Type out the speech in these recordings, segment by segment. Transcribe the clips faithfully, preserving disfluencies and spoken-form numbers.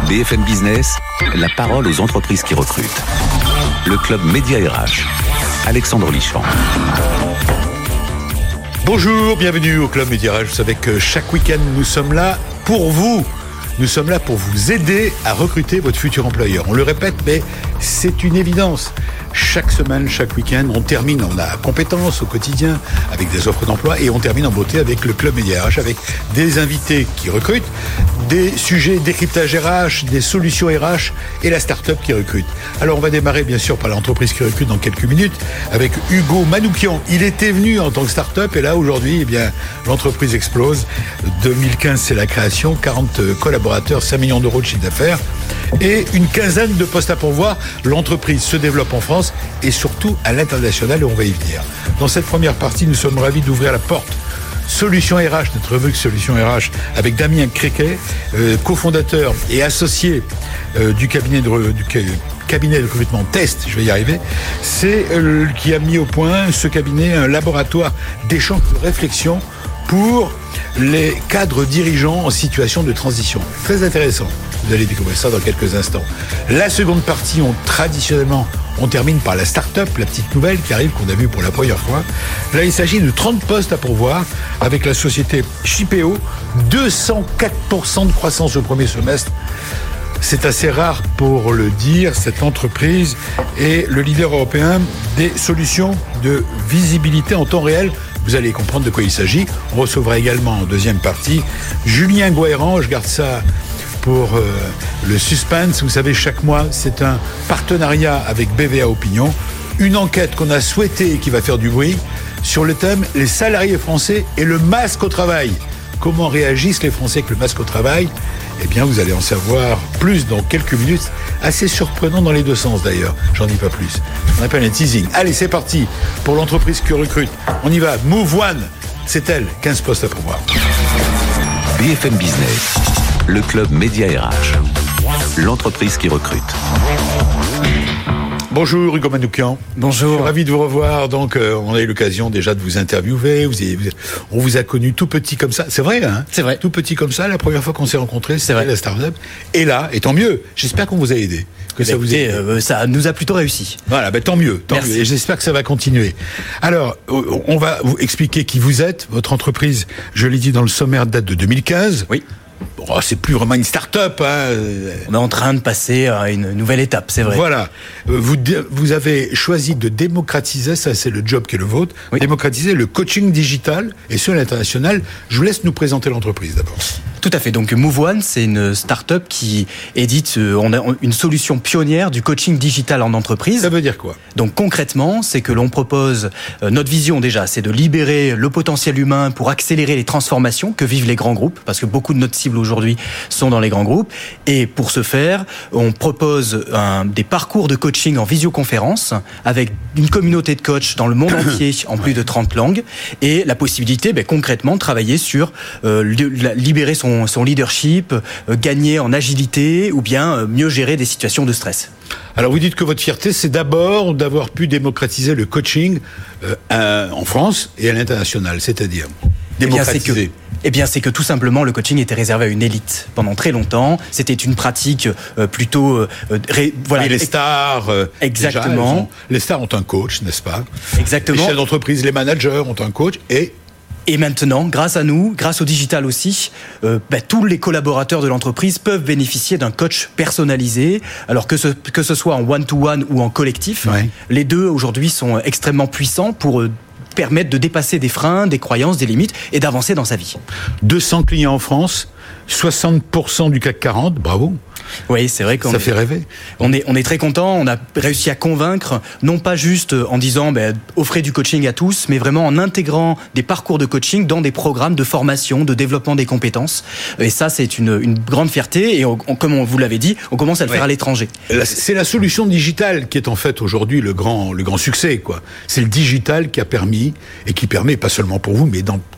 B F M Business, la parole aux entreprises qui recrutent. Le club Média R H. Alexandre Lichamp. Bonjour, bienvenue au club Média R H. Vous savez que chaque week-end, nous sommes là pour vous. Nous sommes là pour vous aider à recruter votre futur employeur. On le répète, mais c'est une évidence. Chaque semaine, chaque week-end, on termine, on a compétences au quotidien avec des offres d'emploi et on termine en beauté avec le club Média R H, avec des invités qui recrutent, des sujets décryptage R H, des solutions R H et la start-up qui recrute. Alors on va démarrer bien sûr par l'entreprise qui recrute dans quelques minutes avec Hugo Manoukian. Il était venu en tant que start-up et là aujourd'hui, eh bien, l'entreprise explose. deux mille quinze, c'est la création, quarante collaborateurs, cinq millions d'euros de chiffre d'affaires et une quinzaine de postes à pourvoir. L'entreprise se développe en France et surtout à l'international et on va y venir. Dans cette première partie, nous sommes ravis d'ouvrir la porte Solutions R H, notre rubrique Solutions R H, avec Damien Criquet, euh, cofondateur et associé euh, du cabinet de, du cabinet de recrutement Test, je vais y arriver. C'est euh, qui a mis au point ce cabinet, un laboratoire d'échange de réflexion pour les cadres dirigeants en situation de transition. Très intéressant. Vous allez découvrir ça dans quelques instants. La seconde partie, on traditionnellement, on termine par la start-up, la petite nouvelle qui arrive, qu'on a vue pour la première fois. Là, il s'agit de trente postes à pourvoir avec la société Shipeo. deux cent quatre pour cent de croissance au premier semestre. C'est assez rare pour le dire. Cette entreprise est le leader européen des solutions de visibilité en temps réel. Vous allez comprendre de quoi il s'agit. On recevra également en deuxième partie Julien Goëran. Je garde ça pour euh, le suspense. Vous savez, chaque mois, c'est un partenariat avec B V A Opinion. Une enquête qu'on a souhaitée et qui va faire du bruit sur le thème « Les salariés français et le masque au travail ». Comment réagissent les Français avec le masque au travail ? Eh bien, vous allez en savoir plus dans quelques minutes. Assez surprenant dans les deux sens, d'ailleurs. J'en dis pas plus. On appelle un teasing. Allez, c'est parti pour l'entreprise qui recrute. On y va. Move One, c'est elle. quinze postes à pourvoir. B F M Business, le club Média R H. L'entreprise qui recrute. Bonjour Hugo Manoukian. Bonjour. Je suis ravi de vous revoir. Donc, euh, on a eu l'occasion déjà de vous interviewer. Vous avez, vous, on vous a connu tout petit comme ça. C'est vrai, hein ? C'est vrai. Tout petit comme ça. La première fois qu'on s'est rencontrés, c'était c'est vrai. La start-up. Et là, et tant mieux. J'espère qu'on vous a aidé. Que bah ça vous a aidé. Euh, ça nous a plutôt réussi. Voilà, ben tant mieux, tant Merci. mieux. Et j'espère que ça va continuer. Alors, on va vous expliquer qui vous êtes. Votre entreprise, je l'ai dit dans le sommaire, date de deux mille quinze. Oui. Bon, c'est plus vraiment une start-up, hein. On est en train de passer à une nouvelle étape, c'est vrai. Voilà. Vous, vous avez choisi de démocratiser, ça c'est le job qui est le vôtre, oui. Démocratiser le coaching digital et ce à l'international. Je vous laisse nous présenter l'entreprise d'abord. Tout à fait. Donc Move One, c'est une start-up qui édite on a une solution pionnière du coaching digital en entreprise. Ça veut dire quoi ? Donc concrètement, c'est que l'on propose, euh, notre vision déjà, c'est de libérer le potentiel humain pour accélérer les transformations que vivent les grands groupes, parce que beaucoup de notre cible aujourd'hui sont dans les grands groupes. Et pour ce faire, on propose un, des parcours de coaching en visioconférence avec une communauté de coachs dans le monde entier en plus de trente langues et la possibilité ben, concrètement de travailler sur euh, libérer son son leadership, euh, gagner en agilité ou bien euh, mieux gérer des situations de stress. Alors vous dites que votre fierté, c'est d'abord d'avoir pu démocratiser le coaching euh, à, en France et à l'international, c'est-à-dire démocratiser. Eh bien, c'est que, eh bien, c'est que tout simplement, le coaching était réservé à une élite pendant très longtemps. C'était une pratique euh, plutôt... Euh, ré, voilà. Et les stars... Euh, Exactement. Déjà, ont, les stars ont un coach, n'est-ce pas ? Exactement. Les chefs d'entreprise, les managers ont un coach et... Et maintenant, grâce à nous, grâce au digital aussi, euh, bah, tous les collaborateurs de l'entreprise peuvent bénéficier d'un coach personnalisé. Alors que ce, que ce soit en one-to-one ou en collectif, ouais. Les deux aujourd'hui sont extrêmement puissants pour euh, permettre de dépasser des freins, des croyances, des limites et d'avancer dans sa vie. deux cents clients en France, soixante pour cent du C A C quarante, bravo. Oui, c'est vrai qu'on ça est, fait rêver. On est, on est très content. On a réussi à convaincre, non pas juste en disant ben, offrez du coaching à tous, mais vraiment en intégrant des parcours de coaching dans des programmes de formation, de développement des compétences. Et ça, c'est une, une grande fierté. Et on, on, comme on vous l'avait dit, on commence à le ouais. faire à l'étranger. C'est la solution digitale qui est en fait aujourd'hui le grand, le grand succès, quoi. C'est le digital qui a permis et qui permet, pas seulement pour vous, mais dans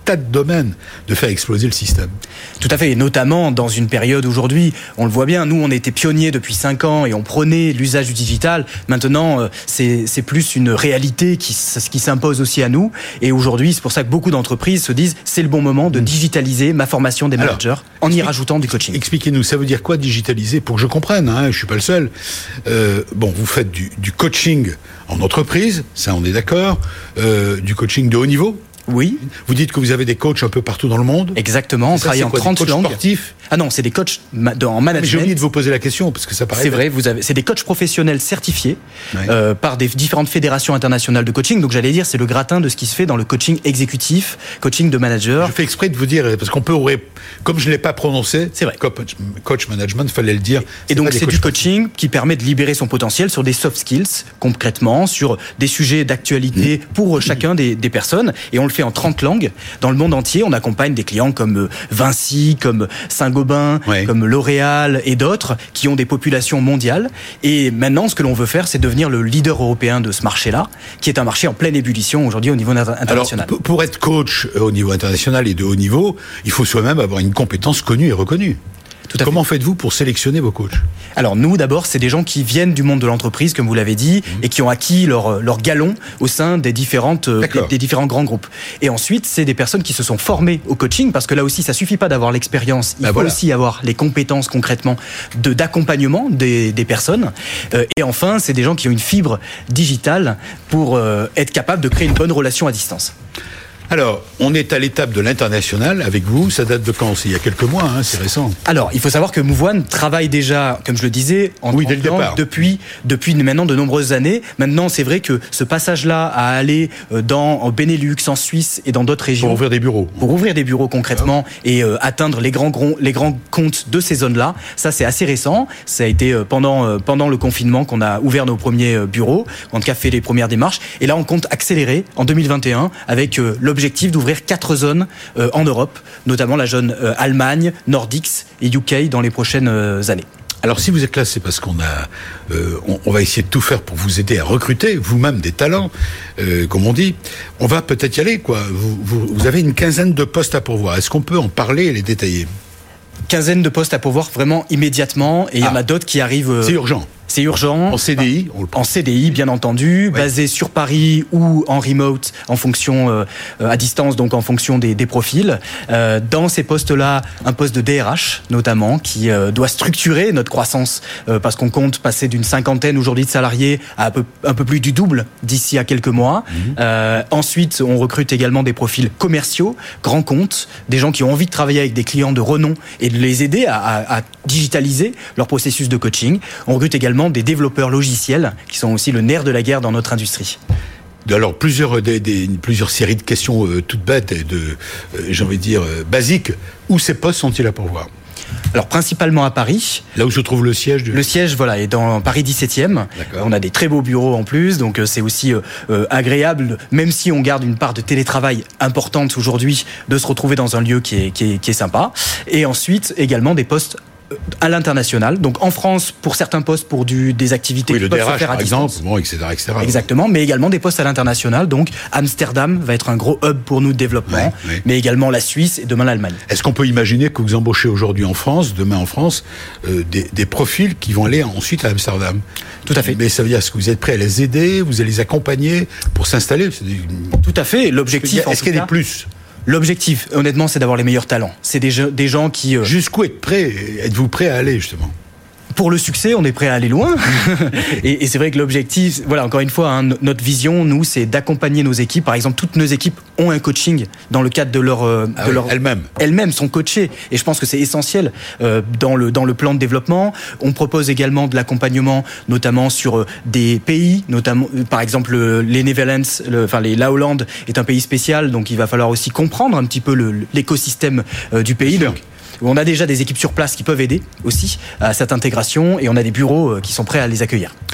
tas de domaines de faire exploser le système. Tout à fait, et notamment dans une période aujourd'hui, on le voit bien, nous on était pionniers depuis cinq ans et on prenait l'usage du digital. Maintenant, c'est, c'est plus une réalité qui, qui s'impose aussi à nous. Et aujourd'hui, c'est pour ça que beaucoup d'entreprises se disent c'est le bon moment de digitaliser ma formation des managers Alors, en y rajoutant du coaching. Expliquez-nous, ça veut dire quoi digitaliser pour que je comprenne, hein, je suis pas le seul. Euh, bon, vous faites du, du coaching en entreprise, ça on est d'accord, euh, du coaching de haut niveau. Oui. Vous dites que vous avez des coachs un peu partout dans le monde. Exactement, on travaille en trente langues. Sportifs Ah non, c'est des coachs ma- de, en management. Mais j'ai oublié de vous poser la question parce que ça paraît. C'est vrai, vous avez, c'est des coachs professionnels certifiés ouais. euh, par des différentes fédérations internationales de coaching. Donc j'allais dire, c'est le gratin de ce qui se fait dans le coaching exécutif, coaching de manager. Je fais exprès de vous dire parce qu'on peut, comme je l'ai pas prononcé, c'est vrai. Coach, coach management, fallait le dire. Et donc c'est du coaching qui permet de libérer son potentiel sur des soft skills concrètement, sur des sujets d'actualité mmh. pour chacun des, des personnes. Et on le fait en trente langues. Dans le monde entier, on accompagne des clients comme Vinci, comme Saint-Gobain, ouais. comme L'Oréal et d'autres qui ont des populations mondiales. Et maintenant, ce que l'on veut faire, c'est devenir le leader européen de ce marché-là, qui est un marché en pleine ébullition aujourd'hui au niveau international. Alors, pour être coach au niveau international et de haut niveau, il faut soi-même avoir une compétence connue et reconnue. Tout à Comment fait. faites-vous pour sélectionner vos coachs ? Alors nous, d'abord, c'est des gens qui viennent du monde de l'entreprise, comme vous l'avez dit, mmh. et qui ont acquis leur, leur galon au sein des, différentes, des, des différents grands groupes. Et ensuite, c'est des personnes qui se sont formées au coaching, parce que là aussi, ça suffit pas d'avoir l'expérience, il ben faut voilà. aussi avoir les compétences concrètement de, d'accompagnement des, des personnes. Euh, et enfin, c'est des gens qui ont une fibre digitale pour euh, être capables de créer une bonne relation à distance. Alors, on est à l'étape de l'international avec vous. Ça date de quand ? C'est il y a quelques mois, hein, c'est récent. Alors, il faut savoir que Move One travaille déjà, comme je le disais, en oui, dès le départ. depuis depuis maintenant de nombreuses années. Maintenant, c'est vrai que ce passage-là à aller dans en Benelux, en Suisse et dans d'autres régions pour ouvrir des bureaux, pour ouvrir des bureaux concrètement ah. et euh, atteindre les grands les grands comptes de ces zones-là, ça c'est assez récent. Ça a été pendant pendant le confinement qu'on a ouvert nos premiers bureaux, en tout cas fait les premières démarches. Et là, on compte accélérer en deux mille vingt et un avec euh, l'objectif d'ouvrir quatre zones euh, en Europe, notamment la zone euh, Allemagne, Nordiques et U K dans les prochaines euh, années. Alors si vous êtes là, c'est parce qu'on a, euh, on, on va essayer de tout faire pour vous aider à recruter vous-même des talents, euh, comme on dit. On va peut-être y aller, quoi. Vous, vous, vous avez une quinzaine de postes à pourvoir. Est-ce qu'on peut en parler et les détailler ? Quinzaine de postes à pourvoir vraiment immédiatement, et il ah. y en a d'autres qui arrivent. Euh, c'est urgent. C'est urgent. En C D I, on le prend. En C D I, bien entendu, ouais. basé sur Paris ou en remote, en fonction euh, à distance, donc en fonction des, des profils. Euh, dans ces postes-là, un poste de D R H notamment, qui euh, doit structurer notre croissance, euh, parce qu'on compte passer d'une cinquantaine aujourd'hui de salariés à un peu, un peu plus du double d'ici à quelques mois. Mmh. Euh, ensuite, on recrute également des profils commerciaux, grands comptes, des gens qui ont envie de travailler avec des clients de renom et de les aider à, à, à digitaliser leur processus de coaching. On recrute également des développeurs logiciels qui sont aussi le nerf de la guerre dans notre industrie. Alors plusieurs des, des, plusieurs séries de questions euh, toutes bêtes et de euh, j'ai envie de dire euh, basiques. Où ces postes sont-ils à pourvoir ? Alors principalement à Paris. Là où se trouve le siège du... Le siège, voilà, est dans Paris dix-septième. D'accord. On a des très beaux bureaux en plus, donc c'est aussi euh, agréable, même si on garde une part de télétravail importante aujourd'hui, de se retrouver dans un lieu qui est, qui est, qui est sympa. Et ensuite également des postes à l'international, donc en France pour certains postes pour du, des activités oui, qui le peuvent D R H, se faire à par distance. exemple, bon, et cetera, et cetera. Exactement, mais également des postes à l'international, donc Amsterdam va être un gros hub pour nous de développement, ouais, ouais. mais également la Suisse et demain l'Allemagne. Est-ce qu'on peut imaginer que vous embauchez aujourd'hui en France, demain en France, euh, des, des profils qui vont aller ensuite à Amsterdam ? Tout à fait. Mais ça veut dire, est-ce que vous êtes prêt à les aider, vous allez les accompagner pour s'installer ? Tout à fait, l'objectif... Est-ce qu'il y a des plus ? L'objectif, honnêtement, c'est d'avoir les meilleurs talents. C'est des, jeux, des gens qui... Euh... Jusqu'où êtes prêt, êtes-vous prêt à aller, justement ? Pour le succès, on est prêt à aller loin. et, et c'est vrai que l'objectif, voilà, encore une fois, hein, notre vision, nous, c'est d'accompagner nos équipes. Par exemple, toutes nos équipes ont un coaching dans le cadre de leur, euh, ah de oui, leur elles-mêmes. Elles-mêmes sont coachées. Et je pense que c'est essentiel euh, dans le dans le plan de développement. On propose également de l'accompagnement, notamment sur euh, des pays, notamment, euh, par exemple, euh, les Netherlands, le, enfin les la Hollande est un pays spécial, donc il va falloir aussi comprendre un petit peu le, l'écosystème euh, du pays. Donc, on a déjà des équipes sur place qui peuvent aider aussi à cette intégration et on a des bureaux qui sont prêts à les accueillir.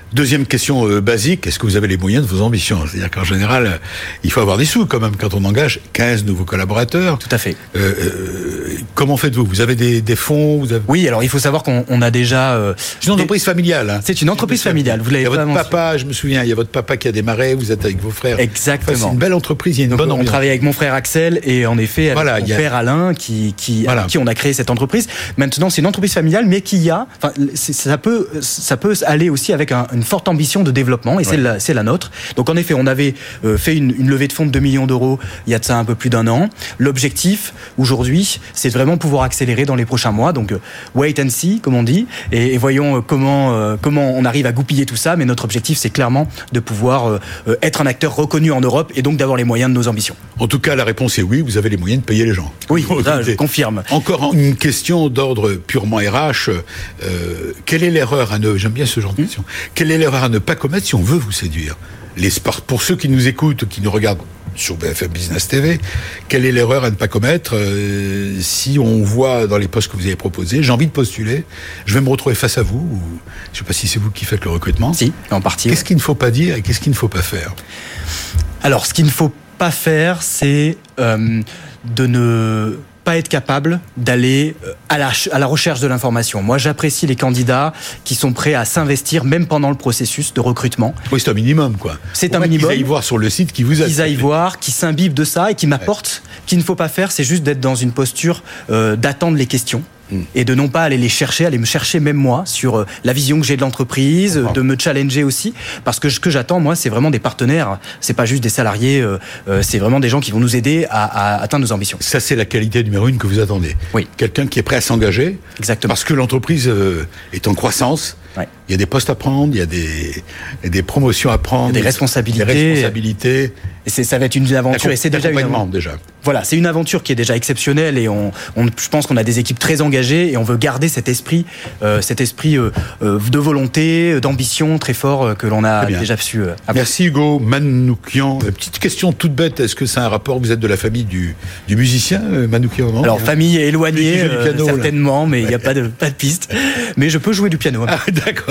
Deuxième question euh, basique, est-ce que vous avez les moyens de vos ambitions? C'est-à-dire qu'en général, euh, il faut avoir des sous quand même quand on engage quinze nouveaux collaborateurs. Tout à fait. Euh, euh, comment faites-vous? Vous avez des, des fonds vous avez... Oui, alors il faut savoir qu'on on a déjà... Euh, c'est une entreprise des... familiale. Hein. C'est une entreprise familiale, vous l'avez pas. Il y a votre mentionné. papa, je me souviens, il y a votre papa qui a démarré, vous êtes avec vos frères. Exactement. Enfin, c'est une belle entreprise, il y a une Donc, bonne on ambiance. travaille avec mon frère Axel et en effet avec voilà, mon a... père Alain qui, qui, voilà. avec qui on a créé cette entreprise. Maintenant, c'est une entreprise familiale, mais qui a... Enfin, ça peut, ça peut aller aussi avec un, une forte ambition de développement, et c'est, ouais. la, c'est la nôtre. Donc en effet, on avait euh, fait une, une levée de fonds de deux millions d'euros il y a de ça un peu plus d'un an. L'objectif, aujourd'hui, c'est de vraiment pouvoir accélérer dans les prochains mois. Donc euh, wait and see, comme on dit, et, et voyons euh, comment, euh, comment on arrive à goupiller tout ça. Mais notre objectif, c'est clairement de pouvoir euh, être un acteur reconnu en Europe et donc d'avoir les moyens de nos ambitions. En tout cas, la réponse est oui, vous avez les moyens de payer les gens. Oui, ça, je confirme. Encore une question d'ordre purement R H. Euh, quelle est l'erreur à ne... J'aime bien ce genre de question. Mmh. Quelle est l'erreur à ne pas commettre si on veut vous séduire? Les sports, pour ceux qui nous écoutent, qui nous regardent sur B F M Business T V, quelle est l'erreur à ne pas commettre euh, si on voit dans les postes que vous avez proposés, j'ai envie de postuler, je vais me retrouver face à vous, ou, je ne sais pas si c'est vous qui faites le recrutement. Si, en partie. Qu'est-ce qu'il ne faut pas dire et qu'est-ce qu'il ne faut pas faire? Alors, ce qu'il ne faut pas faire, c'est euh, de ne... pas être capable d'aller à la, à la recherche de l'information. Moi, j'apprécie les candidats qui sont prêts à s'investir même pendant le processus de recrutement. Oui, c'est un minimum, quoi. C'est Pour un minimum. Qu'ils aillent voir sur le site qui vous a. Qu'ils aillent voir, qui s'imbibent de ça et qui m'apportent. Ouais. Qu'il ne faut pas faire, c'est juste d'être dans une posture euh, d'attendre les questions. Et de non pas aller les chercher, aller me chercher même moi sur la vision que j'ai de l'entreprise, de me challenger aussi, parce que ce que j'attends moi, c'est vraiment des partenaires, c'est pas juste des salariés, euh, c'est vraiment des gens qui vont nous aider à, à atteindre nos ambitions. Ça, c'est la qualité numéro une que vous attendez. Oui. Quelqu'un qui est prêt à s'engager. Exactement. Parce que l'entreprise euh, est en croissance. Ouais. Il y a des postes à prendre, il y a des, il y a des promotions à prendre, des responsabilités. Des responsabilités. Et c'est, ça va être une aventure. Et c'est déjà une aventure. déjà. Voilà, c'est une aventure qui est déjà exceptionnelle et on, on, je pense qu'on a des équipes très engagées et on veut garder cet esprit, euh, cet esprit euh, de volonté, d'ambition très fort euh, que l'on a déjà su. Euh, Merci Hugo Manoukian. Euh, petite question toute bête, est-ce que c'est un rapport? Vous êtes de la famille du, du musicien euh, Manoukian? Non, alors famille éloignée, euh, piano, certainement, là. Mais il ouais. n'y a pas de pas de piste. Mais je peux jouer du piano. Ah, d'accord.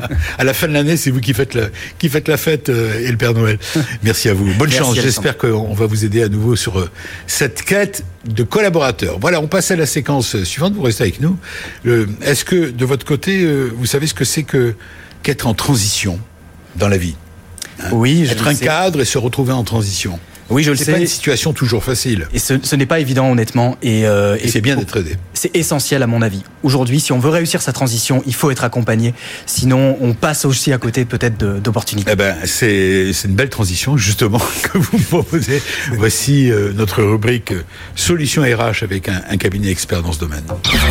À la fin de l'année, c'est vous qui faites la, qui faites la fête euh, et le Père Noël. Merci à vous. Bonne Merci chance. Alexandre. J'espère qu'on va vous aider à nouveau sur euh, cette quête de collaborateurs. Voilà, on passe à la séquence suivante. Vous restez avec nous. Le, est-ce que de votre côté, euh, vous savez ce que c'est que qu'être en transition dans la vie? Hein? Oui, je être un sais. cadre et se retrouver en transition. Oui, je le c'est sais. C'est pas une situation toujours facile. Et ce, ce n'est pas évident, honnêtement. Et, euh, et, et c'est bien d'être aidé. C'est essentiel, à mon avis. Aujourd'hui, si on veut réussir sa transition, il faut être accompagné. Sinon, on passe aussi à côté, peut-être, de, d'opportunités. Eh ben, c'est, c'est une belle transition, justement, que vous me proposez. Voici euh, notre rubrique euh, Solutions R H avec un, un cabinet expert dans ce domaine.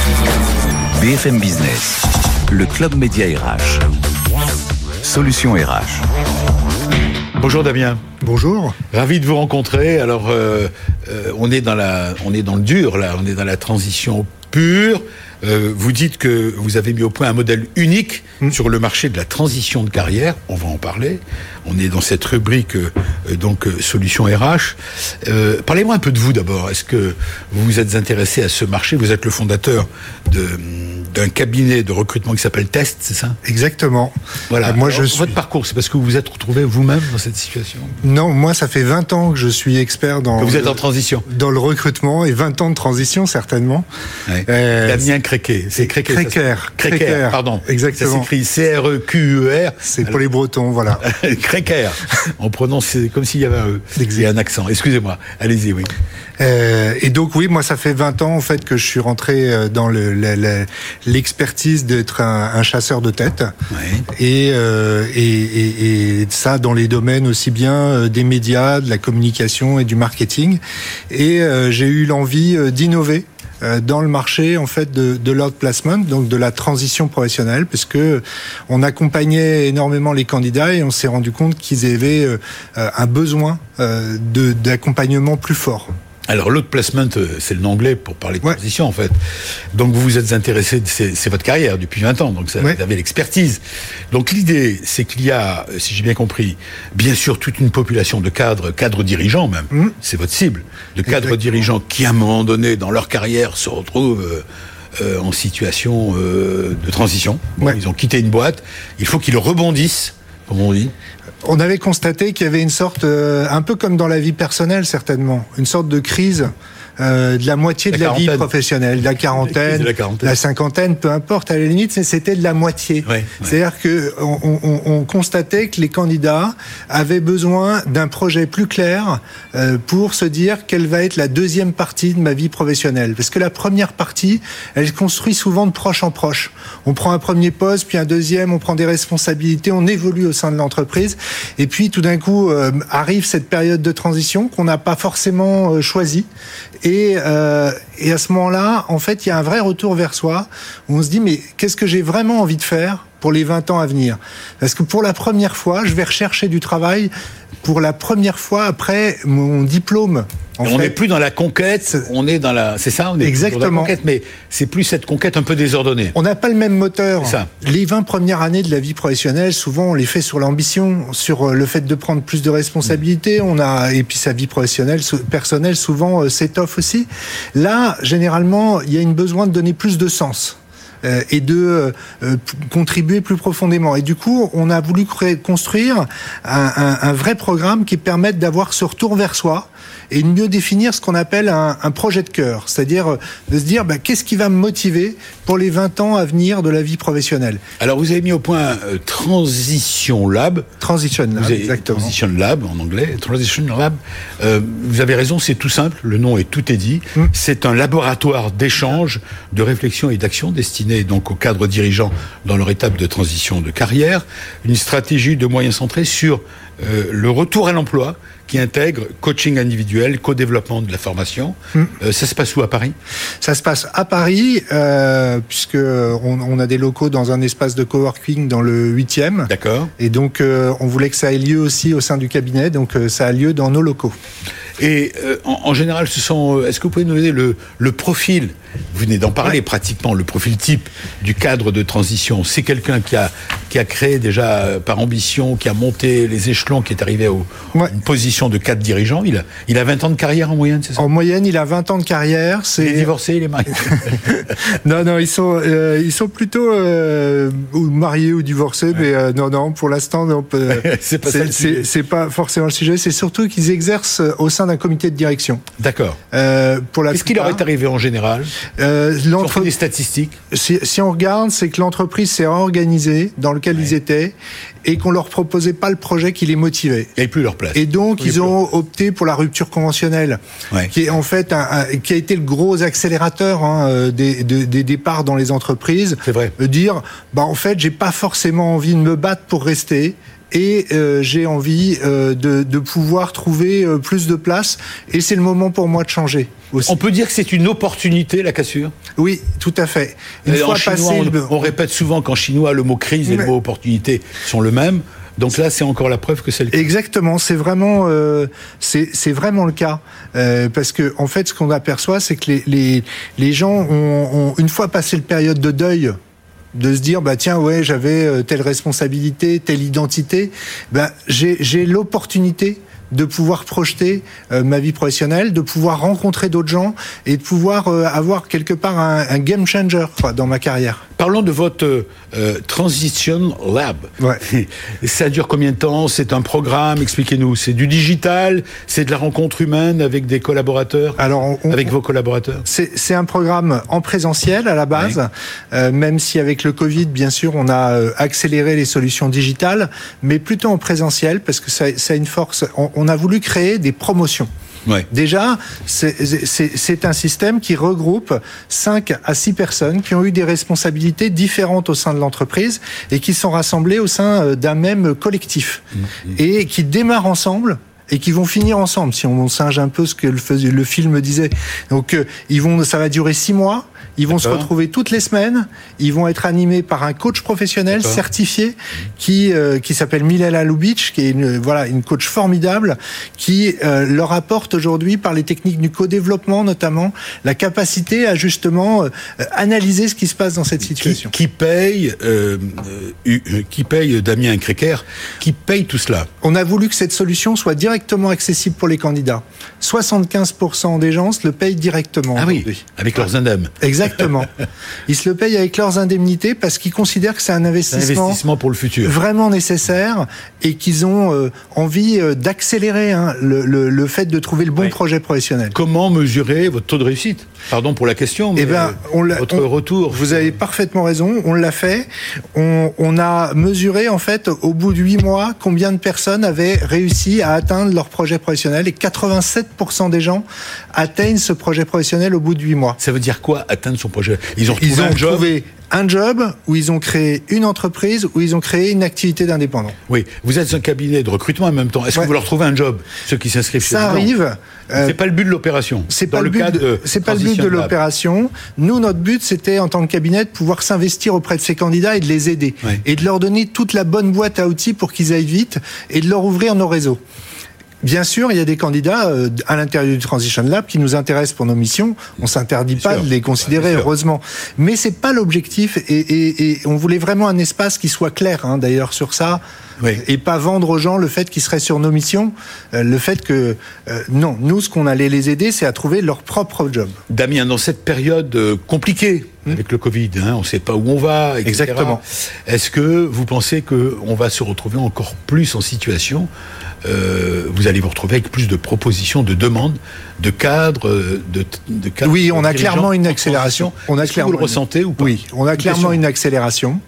B F M Business, le Club Média R H. Solutions R H. Bonjour Damien. Bonjour. Ravi de vous rencontrer. Alors, euh, euh, on est dans la, on est dans le dur là, on est dans la transition pure. Euh, vous dites que vous avez mis au point un modèle unique mmh. sur le marché de la transition de carrière. On va en parler. On est dans cette rubrique euh, donc euh, Solutions R H. Euh, parlez-moi un peu de vous d'abord. Est-ce que vous vous êtes intéressé à ce marché? Vous êtes le fondateur de, d'un cabinet de recrutement qui s'appelle Test, c'est ça? Exactement. Voilà. Moi, Alors, je suis... Votre parcours, c'est parce que vous vous êtes retrouvé vous-même dans cette situation? Non, moi, ça fait vingt ans que je suis expert dans... Que vous êtes le, en transition? Dans le recrutement, et vingt ans de transition, certainement. Ouais. Euh, Damien Créquer. C'est Créquer. Créquer. Créquer, pardon. Exactement. Ça s'écrit C R E Q E R. C'est pour les Bretons, voilà. Créquer. On prononce comme s'il y avait un, il y a un accent. Excusez-moi. Allez-y, oui. Euh, et donc, oui, moi, ça fait vingt ans, en fait, que je suis rentré dans le, la, la, l'expertise d'être un, un chasseur de tête. Ouais. Et, euh, et, et, et ça dans les domaines aussi bien des médias, de la communication et du marketing. Et euh, j'ai eu l'envie d'innover dans le marché en fait de, de l'outplacement, donc de la transition professionnelle, puisque on accompagnait énormément les candidats et on s'est rendu compte qu'ils avaient euh, un besoin euh, de, d'accompagnement plus fort. Alors, l'outplacement, c'est le nom anglais pour parler de ouais. transition, en fait. Donc, vous vous êtes intéressé, c'est, c'est votre carrière depuis vingt ans, donc ça, ouais. vous avez l'expertise. Donc, l'idée, c'est qu'il y a, si j'ai bien compris, bien sûr, toute une population de cadres, cadres dirigeants même, mmh. c'est votre cible, de cadres Exactement. dirigeants qui, à un moment donné, dans leur carrière, se retrouvent... Euh, euh, en situation euh, de transition. Bon, ouais. Ils ont quitté une boîte. Il faut qu'ils rebondissent, comme on dit. On avait constaté qu'il y avait une sorte, euh, un peu comme dans la vie personnelle certainement, une sorte de crise euh, de la moitié la de la quarantaine. vie professionnelle, de la quarantaine, de la, quarantaine. la cinquantaine, peu importe, à la limite, c'était de la moitié. Ouais, ouais. C'est-à-dire que on, on, on constatait que les candidats avaient besoin d'un projet plus clair euh, pour se dire quelle va être la deuxième partie de ma vie professionnelle. Parce que la première partie, elle se construit souvent de proche en proche. On prend un premier poste, puis un deuxième, on prend des responsabilités, on évolue au sein de l'entreprise, et puis tout d'un coup euh, arrive cette période de transition qu'on n'a pas forcément euh, choisie. Et, euh, et à ce moment-là, en fait, il y a un vrai retour vers soi, où on se dit, mais qu'est-ce que j'ai vraiment envie de faire pour les vingt ans à venir? Parce que pour la première fois, je vais rechercher du travail pour la première fois après mon diplôme. En on fait, n'est plus dans la conquête, on est dans la... C'est ça, on est Exactement. dans la conquête, mais c'est plus cette conquête un peu désordonnée. On n'a pas le même moteur. C'est ça. Les vingt premières années de la vie professionnelle, souvent, on les fait sur l'ambition, sur le fait de prendre plus de responsabilités. On a, et puis sa vie professionnelle, personnelle, souvent, s'étoffe aussi. Là, généralement, il y a une besoin de donner plus de sens. Euh, et de euh, p- contribuer plus profondément. Et du coup, on a voulu créer, construire un, un, un vrai programme qui permette d'avoir ce retour vers soi et de mieux définir ce qu'on appelle un, un projet de cœur, c'est-à-dire de se dire bah, qu'est-ce qui va me motiver pour les vingt ans à venir de la vie professionnelle. Alors, vous avez mis au point euh, Transition Lab. Transition Lab, Vous avez, exactement. Transition Lab en anglais. Transition Lab. Euh, vous avez raison, c'est tout simple. Le nom est tout est dit. Mm. C'est un laboratoire d'échange, de réflexion et d'action destiné donc aux cadres dirigeants dans leur étape de transition de carrière. Une stratégie de moyens centrés sur euh, le retour à l'emploi qui intègre coaching individuel, co-développement de la formation. Mm. Euh, ça se passe où à Paris ? Ça se passe à Paris, euh, puisque on, on a des locaux dans un espace de coworking dans le huitième. D'accord. Et donc, euh, on voulait que ça ait lieu aussi au sein du cabinet, donc euh, ça a lieu dans nos locaux. Et euh, en, en général, ce sont. Est-ce que vous pouvez nous donner le, le profil ? Vous venez d'en parler, ouais. Pratiquement le profil type du cadre de transition. C'est quelqu'un qui a qui a créé déjà euh, par ambition, qui a monté les échelons, qui est arrivé à ouais. une position de cadre dirigeant. Il a il a vingt ans de carrière en moyenne, c'est ça ? En moyenne, il a vingt ans de carrière. C'est... Il est divorcé, il est marié. non, non, ils sont euh, ils sont plutôt euh, mariés ou divorcés, ouais. mais euh, non, non, pour l'instant, non. Euh, c'est pas c'est, ça c'est, c'est pas forcément le sujet. C'est surtout qu'ils exercent au sein d'un comité de direction. D'accord. Euh, pour la Qu'est-ce qui leur est arrivé en général ? euh, l'entre... des statistiques. Si, si on regarde, c'est que l'entreprise s'est réorganisée dans lequel ouais. ils étaient et qu'on leur proposait pas le projet qui les motivait. Il n'y avait plus leur place. Et donc, ils ont opté pour la rupture conventionnelle, ouais. qui est en fait un, un, qui a été le gros accélérateur hein, des, des, des départs dans les entreprises. C'est vrai. De dire, bah en fait, j'ai pas forcément envie de me battre pour rester. Et euh, j'ai envie euh, de, de pouvoir trouver euh, plus de place. Et c'est le moment pour moi de changer. Aussi. On peut dire que c'est une opportunité, la cassure ? Oui, tout à fait. Une et fois en chinois, passé, on, le... on répète souvent qu'en chinois, le mot crise et Mais... le mot opportunité sont le même. Donc là, c'est encore la preuve que c'est le cas. Exactement, c'est vraiment, euh, c'est, c'est vraiment le cas. Euh, parce que, en fait, ce qu'on aperçoit, c'est que les, les, les gens ont, ont, une fois passé la période de deuil, de se dire bah tiens ouais j'avais telle responsabilité, telle identité, bah j'ai j'ai l'opportunité de pouvoir projeter euh, ma vie professionnelle, de pouvoir rencontrer d'autres gens et de pouvoir euh, avoir quelque part un, un game changer quoi, dans ma carrière. Parlons de votre euh, Transition Lab. Ouais. Ça dure combien de temps ? C'est un programme, expliquez-nous. C'est du digital, c'est de la rencontre humaine avec des collaborateurs, Alors on, on, avec vos collaborateurs. C'est, c'est un programme en présentiel à la base, oui. euh, même si avec le Covid, bien sûr, on a euh, accéléré les solutions digitales, mais plutôt en présentiel parce que ça, ça a une force. On, on a voulu créer des promotions. Ouais. Déjà, c'est, c'est, c'est un système qui regroupe cinq à six personnes qui ont eu des responsabilités différentes au sein de l'entreprise et qui sont rassemblées au sein d'un même collectif mmh. et qui démarrent ensemble et qui vont finir ensemble, si on singe un peu ce que le, le film disait. Donc, euh, ils vont, ça va durer six mois. Ils vont D'accord. se retrouver toutes les semaines. Ils vont être animés par un coach professionnel D'accord. certifié qui euh, qui s'appelle Milena Lubitsch, qui est une voilà une coach formidable qui euh, leur apporte aujourd'hui par les techniques du co-développement notamment la capacité à justement euh, analyser ce qui se passe dans cette situation. Qui, qui paye euh, euh, qui paye Damien Krecker, qui paye tout cela. On a voulu que cette solution soit directement accessible pour les candidats. soixante-quinze pour cent des gens se le payent directement. Ah aujourd'hui. Oui, avec leurs indemnes. Exactement. Exactement. Ils se le payent avec leurs indemnités parce qu'ils considèrent que c'est un investissement, c'est un investissement pour le futur, vraiment nécessaire, et qu'ils ont euh, envie euh, d'accélérer hein, le, le, le fait de trouver le bon oui. projet professionnel. Comment mesurer votre taux de réussite ? Pardon pour la question, mais eh ben, on votre on, retour. Vous avez parfaitement raison, on l'a fait. On, on a mesuré en fait au bout de huit mois combien de personnes avaient réussi à atteindre leur projet professionnel, et quatre-vingt-sept pour cent des gens atteignent ce projet professionnel au bout de huit mois. Ça veut dire quoi, atteindre son projet ? Ils ont retrouvé Ils ont un job trouvé un job, où ils ont créé une entreprise, où ils ont créé une activité d'indépendant. Oui, vous êtes un cabinet de recrutement en même temps. Est-ce ouais. que vous leur trouvez un job, ceux qui s'inscrivent chez vous ? Ça arrive. Euh, c'est pas le but de l'opération. C'est pas le, le but. De, c'est pas le but de l'opération. Nous, notre but, c'était en tant que cabinet de pouvoir s'investir auprès de ces candidats et de les aider, ouais. et de leur donner toute la bonne boîte à outils pour qu'ils aillent vite, et de leur ouvrir nos réseaux. Bien sûr, il y a des candidats euh, à l'intérieur du Transition Lab qui nous intéressent pour nos missions. On s'interdit bien pas sûr. de les considérer, heureusement. Mais c'est pas l'objectif, et, et, et on voulait vraiment un espace qui soit clair, hein, d'ailleurs, sur ça. Oui. Et pas vendre aux gens le fait qu'ils seraient sur nos missions, euh, le fait que euh, non, nous, ce qu'on allait les aider, c'est à trouver leur propre job. Damien, dans cette période euh, compliquée mmh. avec le Covid, hein, on ne sait pas où on va, et cetera. Exactement. Est-ce que vous pensez qu'on va se retrouver encore plus en situation, euh, vous allez vous retrouver avec plus de propositions, de demandes, de cadres, de, de cadres Oui, on a clairement une accélération. On a Est-ce clairement que vous le ressentez ou pas ? Oui, on a clairement une accélération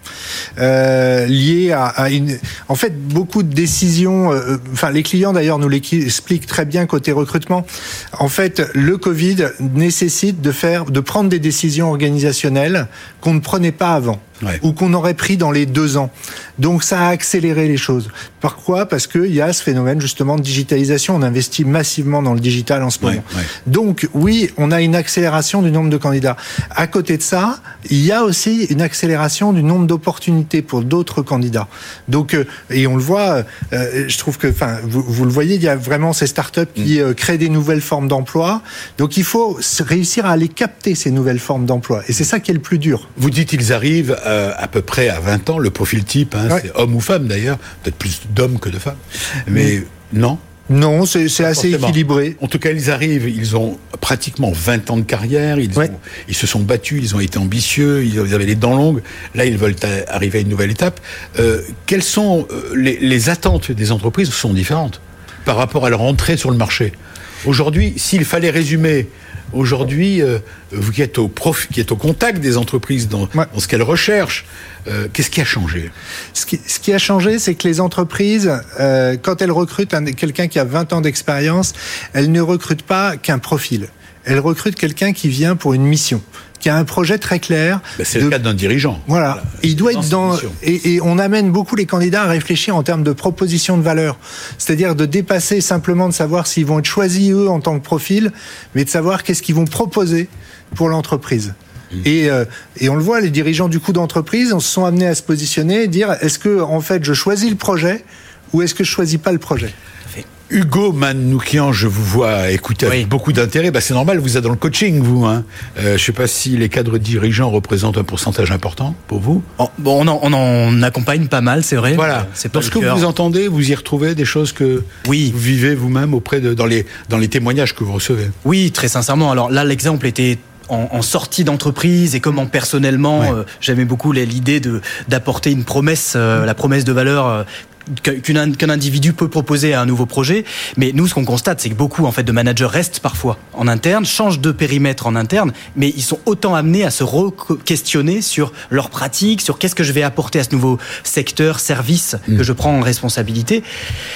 euh, liée à, à une. En fait, beaucoup de décisions. Euh, enfin, les clients d'ailleurs nous l'expliquent très bien côté recrutement. En fait, le Covid nécessite de faire, de prendre des décisions organisationnelles qu'on ne prenait pas avant. Ouais. Ou qu'on aurait pris dans les deux ans. Donc ça a accéléré les choses. Pourquoi ? Parce qu'il y a ce phénomène justement de digitalisation. On investit massivement dans le digital en ce moment. Ouais, ouais. Donc oui, on a une accélération du nombre de candidats. À côté de ça, il y a aussi une accélération du nombre d'opportunités pour d'autres candidats. Donc, euh, et on le voit, euh, je trouve que, enfin, vous, vous le voyez, il y a vraiment ces startups qui euh, créent des nouvelles formes d'emploi. Donc il faut réussir à aller capter ces nouvelles formes d'emploi. Et c'est ça qui est le plus dur. Vous dites qu'ils arrivent euh, à peu près à vingt ans, le profil type, hein, ouais. c'est homme ou femme d'ailleurs, peut-être plus d'hommes que de femmes. Mais mmh. non. Non, c'est, c'est assez forcément. équilibré. En tout cas, ils arrivent, ils ont pratiquement vingt ans de carrière, ils, ouais. ont, ils se sont battus, ils ont été ambitieux, ils avaient les dents longues. Là, ils veulent arriver à une nouvelle étape. Euh, quelles sont les, les attentes des entreprises sont différentes par rapport à leur entrée sur le marché. Aujourd'hui, s'il fallait résumer, aujourd'hui, euh, vous qui êtes au prof, qui êtes au contact des entreprises dans, ouais. dans ce qu'elles recherchent, euh, qu'est-ce qui a changé ? Ce qui, ce qui a changé, c'est que les entreprises, euh, quand elles recrutent un, quelqu'un qui a vingt ans d'expérience, elles ne recrutent pas qu'un profil. Elles recrutent quelqu'un qui vient pour une mission, qui a un projet très clair. Ben c'est de... le cas d'un dirigeant. Voilà. voilà. Il doit être dans, et, et on amène beaucoup les candidats à réfléchir en termes de proposition de valeur. C'est-à-dire de dépasser simplement de savoir s'ils vont être choisis eux en tant que profil, mais de savoir qu'est-ce qu'ils vont proposer pour l'entreprise. Mmh. Et, euh, et on le voit, les dirigeants du coup d'entreprise, on se sont amenés à se positionner et dire, est-ce que, en fait, je choisis le projet ou est-ce que je choisis pas le projet ? Hugo Manoukian, je vous vois écouter oui. avec beaucoup d'intérêt. Bah, c'est normal, vous êtes dans le coaching, vous. Hein. Euh, je ne sais pas si les cadres dirigeants représentent un pourcentage important pour vous. Oh, bon, on en, on en accompagne pas mal, c'est vrai. Voilà. C'est pas Dans ce que vous entendez, vous y retrouvez des choses que oui. vous vivez vous-même auprès de dans les dans les témoignages que vous recevez. Oui, très sincèrement. Alors là, l'exemple était En, en sortie d'entreprise et comment personnellement ouais. euh, j'aimais beaucoup l'idée de d'apporter une promesse, euh, la promesse de valeur. Euh, Qu'un, qu'un individu peut proposer à un nouveau projet, mais nous ce qu'on constate c'est que beaucoup en fait de managers restent parfois en interne, changent de périmètre en interne, mais ils sont autant amenés à se re-questionner sur leurs pratiques, sur qu'est-ce que je vais apporter à ce nouveau secteur, service mmh. que je prends en responsabilité.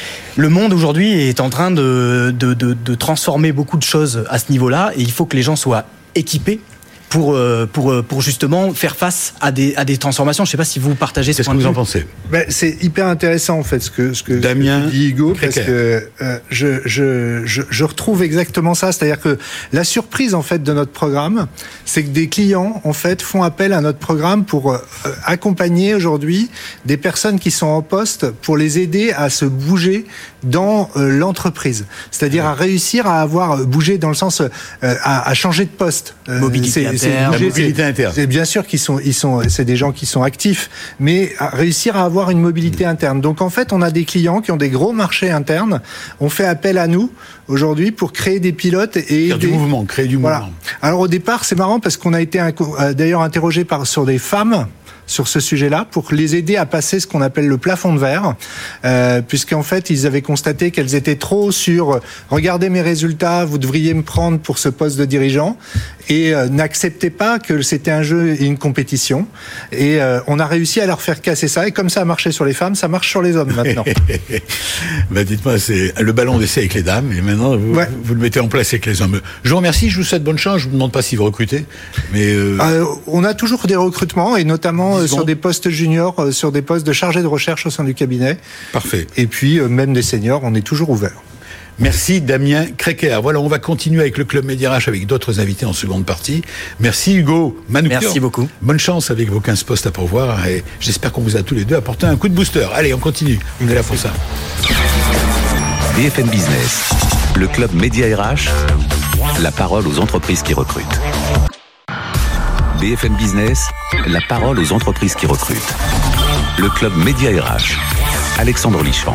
Le monde aujourd'hui est en train de, de, de, de transformer beaucoup de choses à ce niveau-là, et il faut que les gens soient équipés pour pour pour justement faire face à des à des transformations. Je ne sais pas si vous partagez ce point de vue. Qu'est-ce que vous en pensez ? Ben, c'est hyper intéressant en fait ce que ce que, Damien, ce que dit Hugo, parce que euh, je, je je je retrouve exactement ça, c'est-à-dire que la surprise en fait de notre programme, c'est que des clients en fait font appel à notre programme pour euh, accompagner aujourd'hui des personnes qui sont en poste pour les aider à se bouger dans euh, l'entreprise, c'est-à-dire ouais. à réussir à avoir bougé dans le sens euh, à, à changer de poste. Euh, Mobilité. C'est, interne. La mobilité interne. C'est bien sûr qu'ils sont, ils sont, c'est des gens qui sont actifs, mais à réussir à avoir une mobilité interne. Donc en fait, on a des clients qui ont des gros marchés internes. On fait appel à nous aujourd'hui pour créer des pilotes et Faire des... du mouvement, créer du voilà. mouvement. Alors au départ, c'est marrant parce qu'on a été d'ailleurs interrogé par sur des femmes sur ce sujet-là pour les aider à passer ce qu'on appelle le plafond de verre, euh, puisqu'en fait ils avaient constaté qu'elles étaient trop sur « regardez mes résultats, vous devriez me prendre pour ce poste de dirigeant » et euh, n'acceptaient pas que c'était un jeu et une compétition. Et euh, on a réussi à leur faire casser ça, et comme ça a marché sur les femmes, ça marche sur les hommes maintenant. Bah dites-moi, c'est le ballon d'essai avec les dames, et maintenant vous, ouais. vous le mettez en place avec les hommes. Je vous remercie, je vous souhaite bonne chance, je vous demande pas si vous recrutez, mais... Euh... Euh, on a toujours des recrutements, et notamment euh, sur des postes juniors, euh, sur des postes de chargé de recherche au sein du cabinet. Parfait. Et puis, euh, même des seniors, on est toujours ouvert. Merci Damien Krecker. Voilà, on va continuer avec le Club Média R H avec d'autres invités en seconde partie. Merci Hugo Manoukian. Merci beaucoup. Bonne chance avec vos quinze postes à pourvoir et j'espère qu'on vous a tous les deux apporté un coup de booster. Allez, on continue. On est là pour ça. B F M Business, le Club Média R H, la parole aux entreprises qui recrutent. B F M Business, la parole aux entreprises qui recrutent. Le Club Média R H, Alexandre Lichamp.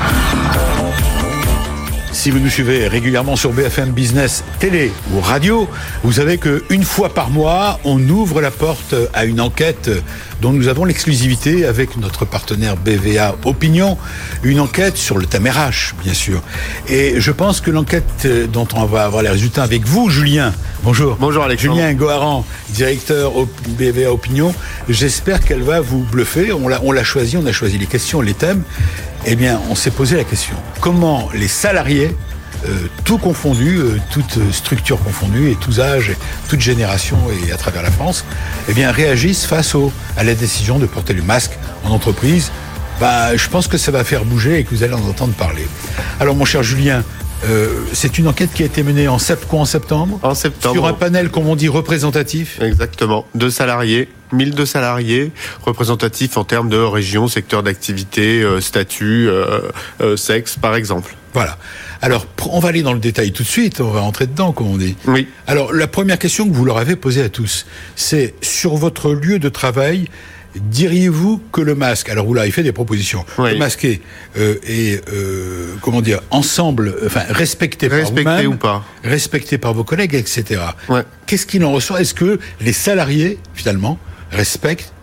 Si vous nous suivez régulièrement sur B F M Business télé ou radio, vous savez qu'une fois par mois, on ouvre la porte à une enquête dont nous avons l'exclusivité avec notre partenaire B V A Opinion, une enquête sur le thème R H, bien sûr. Et je pense que l'enquête dont on va avoir les résultats avec vous, Julien, bonjour. Bonjour Alexandre. Julien Goharan, directeur B V A Opinion, j'espère qu'elle va vous bluffer. On l'a, on l'a choisi, on a choisi les questions, les thèmes. Eh bien, on s'est posé la question, comment les salariés, euh, tout confondu, euh, toute structure confondue, et tous âges, et toute génération et à travers la France, eh bien, réagissent face au, à la décision de porter le masque en entreprise. Bah, je pense que ça va faire bouger et que vous allez en entendre parler. Alors, mon cher Julien, Euh, c'est une enquête qui a été menée en, sept, quoi, en septembre En septembre. Sur un panel, comme on dit, représentatif. Exactement. De salariés, mille deux salariés, représentatifs en termes de région, secteur d'activité, euh, statut, euh, euh, sexe, par exemple. Voilà. Alors, on va aller dans le détail tout de suite, on va rentrer dedans, comme on dit. Oui. Alors, la première question que vous leur avez posée à tous, c'est sur votre lieu de travail, diriez-vous que le masque, alors vous l'avez fait des propositions, oui. le masque est, euh, est euh, comment dire, ensemble, enfin respecté, respecté par vous-même, ou pas, respecté par vos collègues, et cetera. Ouais. Qu'est-ce qu'il en ressort ? Est-ce que les salariés, finalement, respectent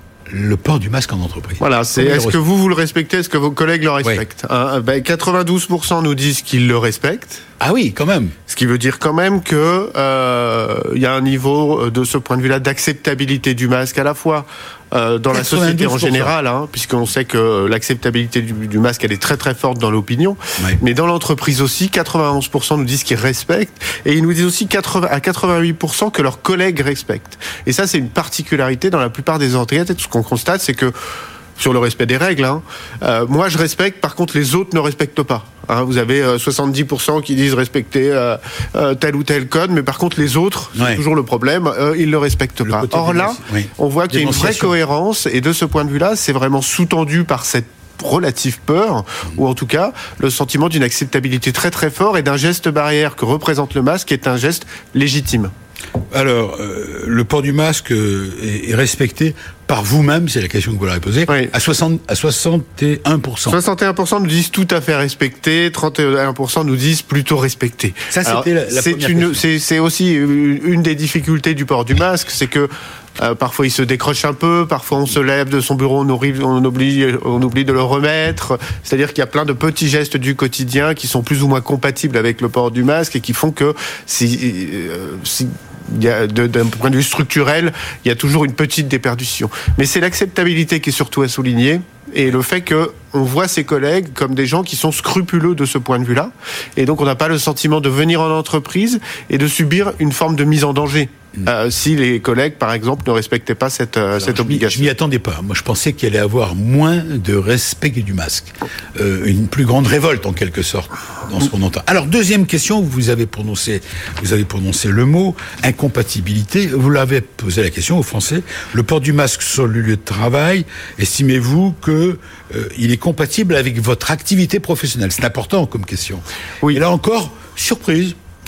le port du masque en entreprise ? Voilà, c'est Comment est-ce que vous, vous le respectez, est-ce que vos collègues le respectent ? Oui. hein, ben, quatre-vingt-douze pour cent nous disent qu'ils le respectent. Ah oui, quand même. Ce qui veut dire quand même que euh, il y a un niveau de ce point de vue-là d'acceptabilité du masque à la fois euh, dans la société en général, hein, puisqu'on sait que l'acceptabilité du, du masque elle est très très forte dans l'opinion, Oui. mais dans l'entreprise aussi, quatre-vingt-onze pour cent nous disent qu'ils respectent et ils nous disent aussi quatre-vingts à quatre-vingt-huit pour cent que leurs collègues respectent. Et ça c'est une particularité dans la plupart des enquêtes. Et tout ce qu'on constate, c'est que sur le respect des règles, hein, euh, moi je respecte, par contre les autres ne respectent pas. Hein, vous avez euh, soixante-dix pour cent qui disent respecter euh, euh, tel ou tel code, mais par contre les autres, Ouais. c'est toujours le problème, euh, ils le respectent Le pas. côté Or là, dénonci- oui. on voit qu'il y a une vraie Dénonciation. cohérence, et de ce point de vue-là, c'est vraiment sous-tendu par cette relative peur, ou en tout cas le sentiment d'une acceptabilité très très fort et d'un geste barrière que représente le masque, qui est un geste légitime. Alors, euh, le port du masque euh, est, est respecté par vous-même, c'est la question que vous leur avez posée, Oui. à, soixante, à soixante et un pour cent. soixante et un pour cent nous disent tout à fait respecté, trente et un pour cent nous disent plutôt respecté. Ça, c'était Alors, la- la c'est première une, question. c'est, c'est aussi une des difficultés du port du masque, c'est que euh, parfois il se décroche un peu, parfois on se lève de son bureau, on oublie, on oublie, on oublie de le remettre. C'est-à-dire qu'il y a plein de petits gestes du quotidien qui sont plus ou moins compatibles avec le port du masque et qui font que si, euh, si il y a de, d'un point de vue structurel, il y a toujours une petite déperdition. Mais c'est l'acceptabilité qui est surtout à souligner, et le fait que on voit ses collègues comme des gens qui sont scrupuleux de ce point de vue-là, et donc on n'a pas le sentiment de venir en entreprise et de subir une forme de mise en danger. Euh, si les collègues, par exemple, ne respectaient pas cette, euh, Alors, cette je m'y- obligation. Je m'y attendais pas. Moi, je pensais qu'il allait avoir moins de respect du masque. Euh, une plus grande révolte, en quelque sorte, dans ce qu'on entend. Alors, deuxième question, vous avez prononcé, vous avez prononcé le mot incompatibilité. Vous l'avez posé la question aux Français. Le port du masque sur le lieu de travail, estimez-vous que euh, il est compatible avec votre activité professionnelle ? C'est important comme question. Oui. Et là encore, surprise.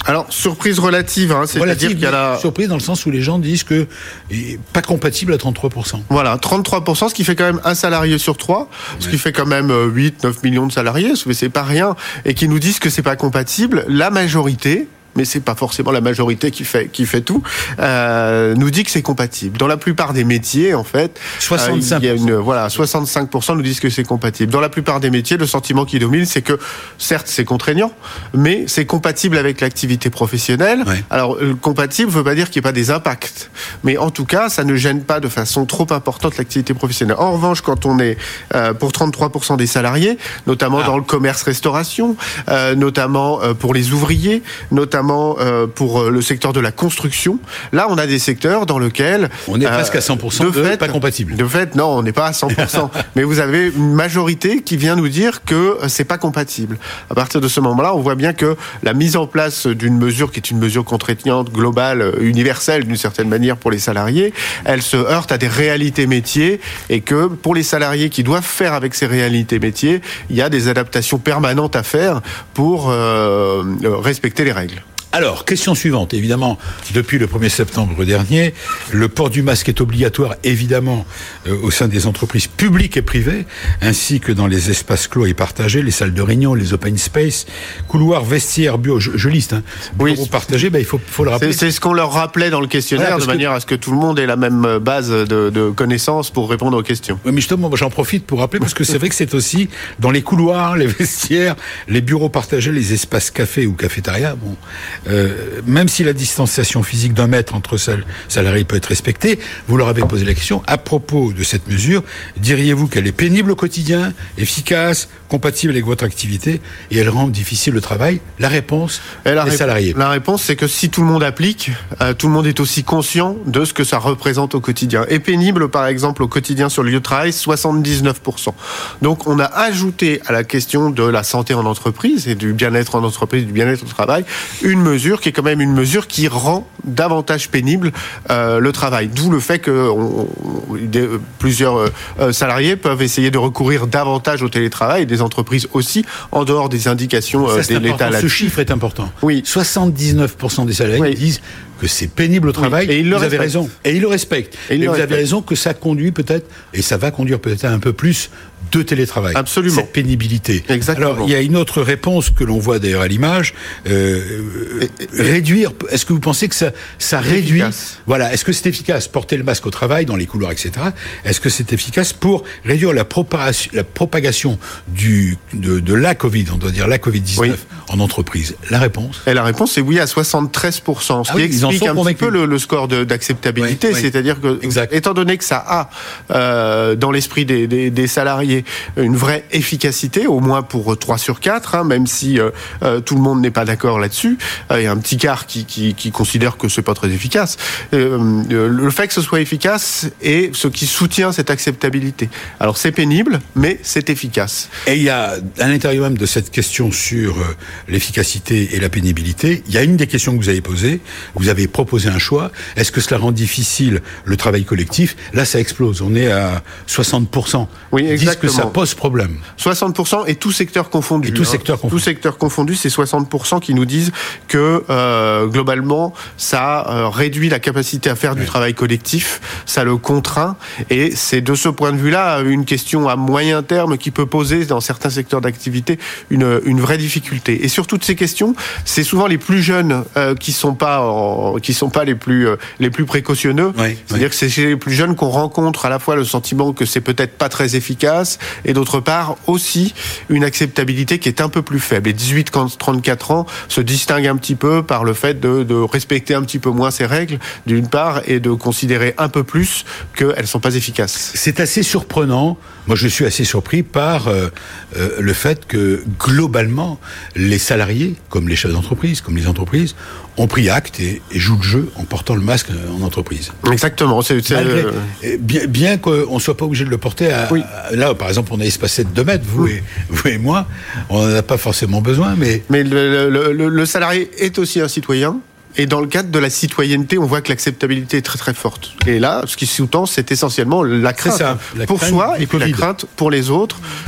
Alors, surprise relative, hein, c'est-à-dire Relative, qu'il y a la... surprise dans le sens où les gens disent que eh, pas compatible à trente-trois pour cent. Voilà, trente-trois pour cent, ce qui fait quand même un salarié sur trois, ouais. ce qui fait quand même huit neuf millions de salariés, c'est pas rien, et qui nous disent que c'est pas compatible. La majorité, mais c'est pas forcément la majorité qui fait qui fait tout, euh, nous dit que c'est compatible. Dans la plupart des métiers, en fait, soixante-cinq pour cent. Euh, il y a une, voilà, soixante-cinq pour cent nous disent que c'est compatible. Dans la plupart des métiers, le sentiment qui domine, c'est que certes c'est contraignant, mais c'est compatible avec l'activité professionnelle. Ouais. Alors euh, compatible veut pas dire qu'il n'y ait pas des impacts, mais en tout cas, ça ne gêne pas de façon trop importante l'activité professionnelle. En revanche, quand on est euh, pour trente-trois pour cent des salariés, notamment ah. dans le commerce-restauration, euh, notamment euh, pour les ouvriers, notamment pour le secteur de la construction. Là, on a des secteurs dans lesquels... On est euh, presque à cent pour cent de, de fait, pas compatible. De fait, non, on n'est pas à cent pour cent. Mais vous avez une majorité qui vient nous dire que c'est pas compatible. À partir de ce moment-là, on voit bien que la mise en place d'une mesure qui est une mesure contraignante, globale, universelle, d'une certaine manière pour les salariés, elle se heurte à des réalités métiers et que pour les salariés qui doivent faire avec ces réalités métiers, il y a des adaptations permanentes à faire pour euh, respecter les règles. Alors, question suivante. Évidemment, depuis le premier septembre dernier, le port du masque est obligatoire, évidemment, euh, au sein des entreprises publiques et privées, ainsi que dans les espaces clos et partagés, les salles de réunion, les open space, couloirs, vestiaires, bureaux. Je, je liste, hein. Bureaux oui. partagés, ben, il faut, faut le rappeler. C'est, c'est ce qu'on leur rappelait dans le questionnaire, voilà, de manière que... à ce que tout le monde ait la même base de, de connaissances pour répondre aux questions. Oui, mais justement, j'en profite pour rappeler, parce que c'est vrai que c'est aussi dans les couloirs, les vestiaires, les bureaux partagés, les espaces café ou cafétéria, bon... Euh, même si la distanciation physique d'un mètre entre salariés peut être respectée, vous leur avez posé la question, à propos de cette mesure, diriez-vous qu'elle est pénible au quotidien, efficace, compatible avec votre activité, et elle rend difficile le travail? La réponse et la des rép- salariés. La réponse, c'est que si tout le monde applique, euh, tout le monde est aussi conscient de ce que ça représente au quotidien. Et pénible, par exemple, au quotidien sur le lieu de travail, soixante-dix-neuf pour cent. Donc, on a ajouté à la question de la santé en entreprise et du bien-être en entreprise, du bien-être au travail, une mesure qui est quand même une mesure qui rend davantage pénible euh, le travail. D'où le fait que on, on, des, plusieurs euh, salariés peuvent essayer de recourir davantage au télétravail, et des entreprises aussi, en dehors des indications euh, Ça, de l'État là-dessus. Ce chiffre est important. Oui. soixante-dix-neuf pour cent des salariés oui. disent que c'est pénible au travail. Oui. Et ils vous le avez respectent. raison. Et ils le respectent. Et, et vous respectent. avez raison que ça conduit peut-être, et ça va conduire peut-être à un peu plus de télétravail. Absolument. Cette pénibilité. Exactement. Alors, il y a une autre réponse que l'on voit d'ailleurs à l'image. Euh, et, et, réduire, est-ce que vous pensez que ça, ça réduit... Efficace. Voilà, est-ce que c'est efficace? Porter le masque au travail, dans les couloirs, et cetera. Est-ce que c'est efficace pour réduire la propagation, la propagation du, de, de la Covid, on doit dire la covid dix-neuf, oui. en entreprise? La réponse? Et la réponse, c'est oui à soixante-treize pour cent. Ce ah qui oui, explique un petit peu le, le score de, d'acceptabilité. Oui, oui. C'est-à-dire que, exact. étant donné que ça a, euh, dans l'esprit des, des, des salariés, une vraie efficacité, au moins pour trois sur quatre, hein, même si euh, euh, tout le monde n'est pas d'accord là-dessus. Euh, il y a un petit quart qui, qui, qui considère que c'est pas très efficace. Euh, le fait que ce soit efficace est ce qui soutient cette acceptabilité. Alors c'est pénible, mais c'est efficace. Et il y a, à l'intérieur même de cette question sur euh, l'efficacité et la pénibilité, il y a une des questions que vous avez posées. Vous avez proposé un choix. Est-ce que cela rend difficile le travail collectif? Là, ça explose. On est à soixante pour cent. Oui, Ils exactement. disent que ça pose problème. soixante pour cent et tout secteur confondu. Et tout hein. secteur confondu. Tout secteur confondu, c'est soixante pour cent qui nous disent que euh, globalement, ça euh, réduit la capacité à faire ouais. du travail collectif, ça le contraint, et c'est de ce point de vue-là une question à moyen terme qui peut poser dans certains secteurs d'activité une, une vraie difficulté. Et sur toutes ces questions, c'est souvent les plus jeunes euh, qui sont pas en, qui sont pas les plus euh, les plus précautionneux. Ouais, C'est-à-dire ouais. que c'est chez les plus jeunes qu'on rencontre à la fois le sentiment que c'est peut-être pas très efficace, et d'autre part aussi une acceptabilité qui est un peu plus faible. Les dix-huit à trente-quatre ans se distinguent un petit peu par le fait de, de respecter un petit peu moins ces règles, d'une part, et de considérer un peu plus qu'elles ne sont pas efficaces. C'est assez surprenant. Moi, je suis assez surpris par euh, euh, le fait que, globalement, les salariés, comme les chefs d'entreprise, comme les entreprises, ont pris acte et, et jouent le jeu en portant le masque en entreprise. Exactement. C'est, c'est Malgré, euh... bien, bien qu'on ne soit pas obligé de le porter à... Oui. à là, par exemple, on a espacé de deux mètres, vous, oui. et, vous et moi. On n'en a pas forcément besoin, mais... Mais le, le, le, le salarié est aussi un citoyen. Et dans le cadre de la citoyenneté, on voit que l'acceptabilité est très très forte. Et là, ce qui sous-tend, c'est essentiellement la crainte ça, la pour crainte soi et puis COVID. la crainte pour les autres.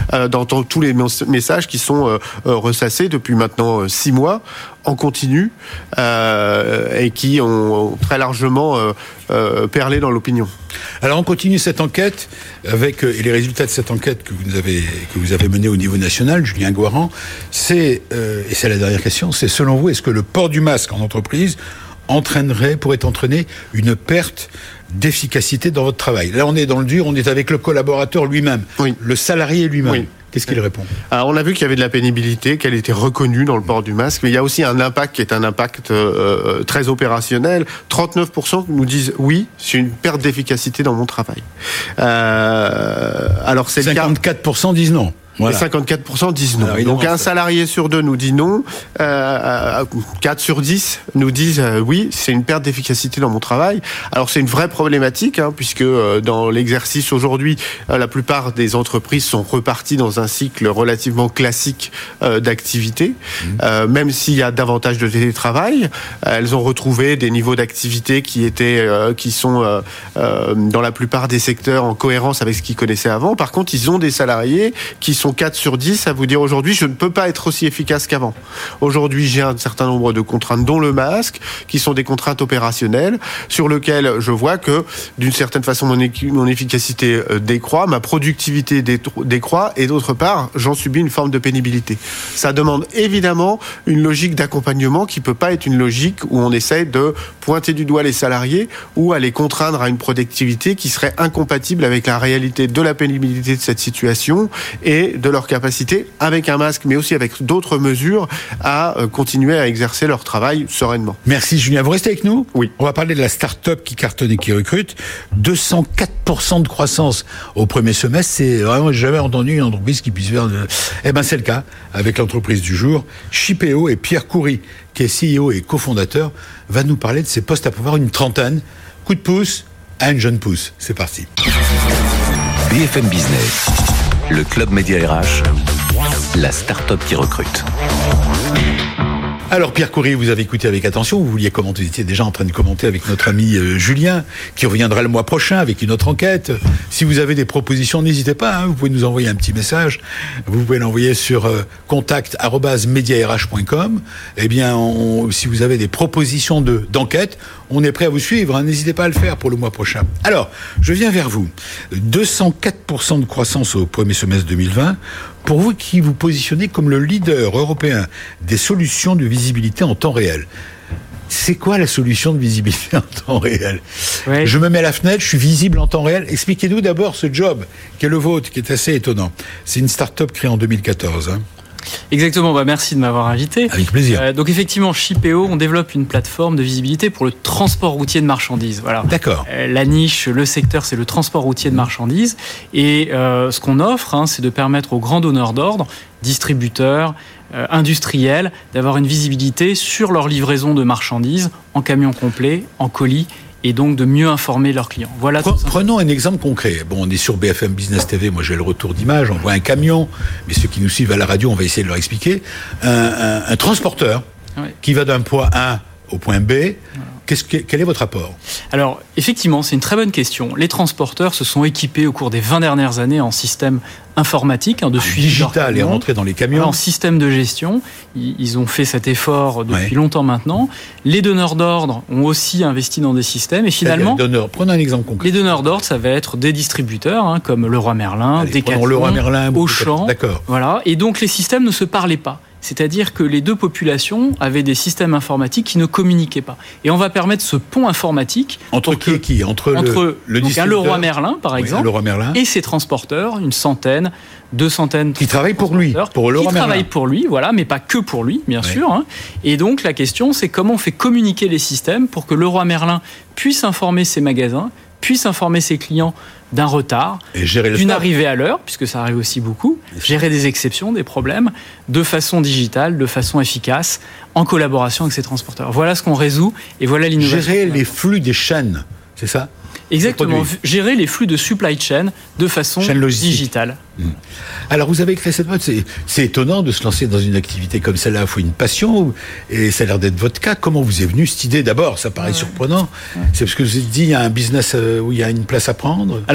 euh, dans t- tous les messages qui sont euh, ressassés depuis maintenant euh, six mois en continu euh, et qui ont très largement euh, euh, perlé dans l'opinion. Alors on continue cette enquête avec euh, et les résultats de cette enquête que vous avez que vous avez menée au niveau national, Julien Goiran, c'est euh, et c'est la dernière question, c'est selon vous, est-ce que le port du masque en entreprise entraînerait, pourrait entraîner une perte d'efficacité dans votre travail? Là, on est dans le dur, on est avec le collaborateur lui-même, oui. le salarié lui-même. Oui. Qu'est-ce qu'il répond? Alors, on a vu qu'il y avait de la pénibilité, qu'elle était reconnue dans le port du masque, mais il y a aussi un impact qui est un impact euh, très opérationnel. trente-neuf pour cent nous disent oui, c'est une perte d'efficacité dans mon travail. Euh, alors c'est cinquante-quatre pour cent disent non. Voilà. Et cinquante-quatre pour cent disent non. Alors, donc un salarié sur deux nous dit non, euh, quatre sur dix nous disent euh, oui, c'est une perte d'efficacité dans mon travail. Alors c'est une vraie problématique, hein, puisque euh, dans l'exercice aujourd'hui, euh, la plupart des entreprises sont reparties dans un cycle relativement classique euh, d'activité. Mmh. Euh, même s'il y a davantage de télétravail, euh, elles ont retrouvé des niveaux d'activité qui étaient, euh, qui sont euh, euh, dans la plupart des secteurs en cohérence avec ce qu'ils connaissaient avant. Par contre, ils ont des salariés qui sont quatre sur dix à vous dire aujourd'hui je ne peux pas être aussi efficace qu'avant. Aujourd'hui j'ai un certain nombre de contraintes dont le masque qui sont des contraintes opérationnelles sur lesquelles je vois que d'une certaine façon mon, équ- mon efficacité décroît, ma productivité dé- décroît et d'autre part j'en subis une forme de pénibilité. Ça demande évidemment une logique d'accompagnement qui peut pas être une logique où on essaye de pointer du doigt les salariés ou à les contraindre à une productivité qui serait incompatible avec la réalité de la pénibilité de cette situation et de leur capacité, avec un masque, mais aussi avec d'autres mesures, à continuer à exercer leur travail sereinement. Merci Julien. Vous restez avec nous ? Oui. On va parler de la start-up qui cartonne et qui recrute. deux cent quatre pour cent de croissance au premier semestre. C'est vraiment, j'ai jamais entendu une entreprise qui puisse faire de... Eh ben, c'est le cas avec l'entreprise du jour. Shipeo et Pierre Coury, qui est C E O et cofondateur, va nous parler de ses postes à pouvoir, une trentaine. Coup de pouce à une jeune pousse. C'est parti. B F M Business. Le Club Média R H, la start-up qui recrute. Alors Pierre Coury, vous avez écouté avec attention, vous vouliez commenter, vous étiez déjà en train de commenter avec notre ami euh, Julien, qui reviendra le mois prochain avec une autre enquête. Si vous avez des propositions, n'hésitez pas, hein, vous pouvez nous envoyer un petit message, vous pouvez l'envoyer sur euh, contact arobase media r h point com. Eh bien, on, si vous avez des propositions de, d'enquête, on est prêt à vous suivre, hein, n'hésitez pas à le faire pour le mois prochain. Alors, je viens vers vous. deux cent quatre pour cent de croissance au premier semestre deux mille vingt. Pour vous qui vous positionnez comme le leader européen des solutions de visibilité en temps réel, c'est quoi la solution de visibilité en temps réel ? Ouais. Je me mets à la fenêtre, je suis visible en temps réel. Expliquez-nous d'abord ce job qui est le vôtre, qui est assez étonnant. C'est une start-up créée en deux mille quatorze. Hein. Exactement, bah merci de m'avoir invité. Avec plaisir. Euh, donc effectivement, Shipeo, on développe une plateforme de visibilité pour le transport routier de marchandises. Voilà. D'accord. Euh, la niche, le secteur, c'est le transport routier de marchandises. Et euh, ce qu'on offre, hein, c'est de permettre aux grands donneurs d'ordre, distributeurs, euh, industriels, d'avoir une visibilité sur leur livraison de marchandises en camion complet, en colis, et donc de mieux informer leurs clients. Voilà. Pre- prenons un exemple concret. Bon, on est sur B F M Business T V, moi j'ai le retour d'image, on voit un camion, mais ceux qui nous suivent à la radio, on va essayer de leur expliquer. Un, un, un transporteur ouais. qui va d'un point A au point B. Voilà. Qu'est-ce que, quel est votre apport ? Alors, effectivement, c'est une très bonne question. Les transporteurs se sont équipés au cours des vingt dernières années en système informatique, hein, de suivi digital est rentré dans les camions. Voilà, en système de gestion. Ils ont fait cet effort depuis ouais. longtemps maintenant. Les donneurs d'ordre ont aussi investi dans des systèmes et finalement... Donneurs. Prenons un exemple concret. Les donneurs d'ordre, ça va être des distributeurs, hein, comme Leroy Merlin, Decathlon, Leroy Merlin, Auchan. D'accord. Voilà. Et donc, les systèmes ne se parlaient pas. C'est-à-dire que les deux populations avaient des systèmes informatiques qui ne communiquaient pas. Et on va permettre ce pont informatique... Entre qui et qui ? Entre, entre le, le donc un Leroy Merlin, par oui, exemple, Leroy Merlin. Et ses transporteurs, une centaine, deux centaines... Qui travaillent pour lui, pour Leroy Merlin. Qui travaillent pour lui, voilà, mais pas que pour lui, bien oui. sûr. Hein. Et donc, la question, c'est comment on fait communiquer les systèmes pour que Leroy Merlin puisse informer ses magasins, puisse informer ses clients d'un retard, d'une arrivée à l'heure, puisque ça arrive aussi beaucoup, gérer des exceptions, des problèmes, de façon digitale, de façon efficace, en collaboration avec ses transporteurs. Voilà ce qu'on résout et voilà l'innovation. Gérer les flux des chaînes, c'est ça ? Exactement, gérer les flux de supply chain de façon digitale. Mmh. Alors vous avez créé cette mode, c'est, c'est étonnant de se lancer dans une activité comme celle-là, il faut une passion, et ça a l'air d'être votre cas. Comment vous est venue cette idée ? D'abord, ça paraît ouais. surprenant, ouais. c'est parce que vous vous êtes dit, il y a un business où il y a une place à prendre ? Alors,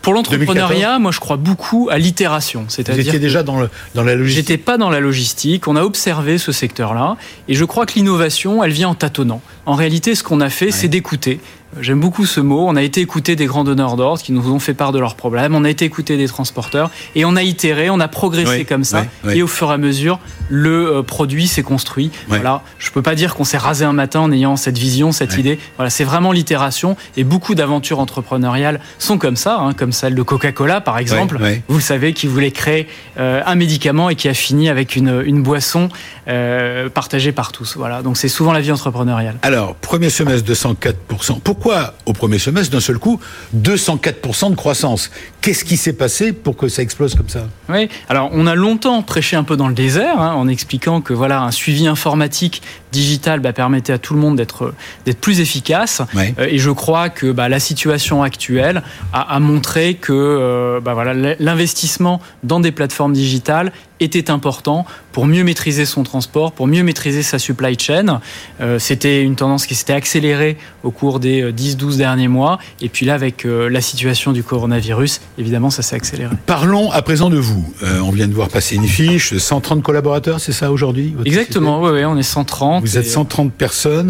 Pour l'entrepreneuriat, moi je crois beaucoup à l'itération. C'est-à-dire Vous étiez déjà dans, le, dans la logistique? J'étais pas dans la logistique, on a observé ce secteur-là, et je crois que l'innovation, elle vient en tâtonnant. En réalité, ce qu'on a fait, ouais. c'est d'écouter. J'aime beaucoup ce mot. On a été écouter des grands donneurs d'ordre qui nous ont fait part de leurs problèmes. On a été écouter des transporteurs et on a itéré, on a progressé oui, comme ça. Oui, oui. Et au fur et à mesure, le produit s'est construit. Oui. Voilà. Je peux pas dire qu'on s'est rasé un matin en ayant cette vision, cette oui. idée. Voilà, c'est vraiment l'itération. Et beaucoup d'aventures entrepreneuriales sont comme ça, hein, comme celle de Coca-Cola par exemple. Oui, oui. Vous le savez, qui voulait créer euh, un médicament et qui a fini avec une, une boisson euh, partagée par tous. Voilà. Donc c'est souvent la vie entrepreneuriale. Alors, premier semestre, deux cent quatre pour cent. Pourquoi au premier semestre, d'un seul coup, deux cent quatre pour cent de croissance? Qu'est-ce qui s'est passé pour que ça explose comme ça? Oui, alors on a longtemps prêché un peu dans le désert, hein, en expliquant que voilà, un suivi informatique digital bah, permettait à tout le monde d'être, d'être plus efficace. Oui. Euh, et je crois que bah, la situation actuelle a, a montré que euh, bah, voilà, l'investissement dans des plateformes digitales était important pour mieux maîtriser son transport, pour mieux maîtriser sa supply chain. Euh, c'était une tendance qui s'était accélérée au cours des dix douze derniers mois. Et puis là, avec euh, la situation du coronavirus, évidemment, ça s'est accéléré. Parlons à présent de vous. Euh, on vient de voir passer une fiche, cent trente collaborateurs, c'est ça aujourd'hui? Exactement, oui, oui, on est cent trente. Vous êtes cent trente personnes,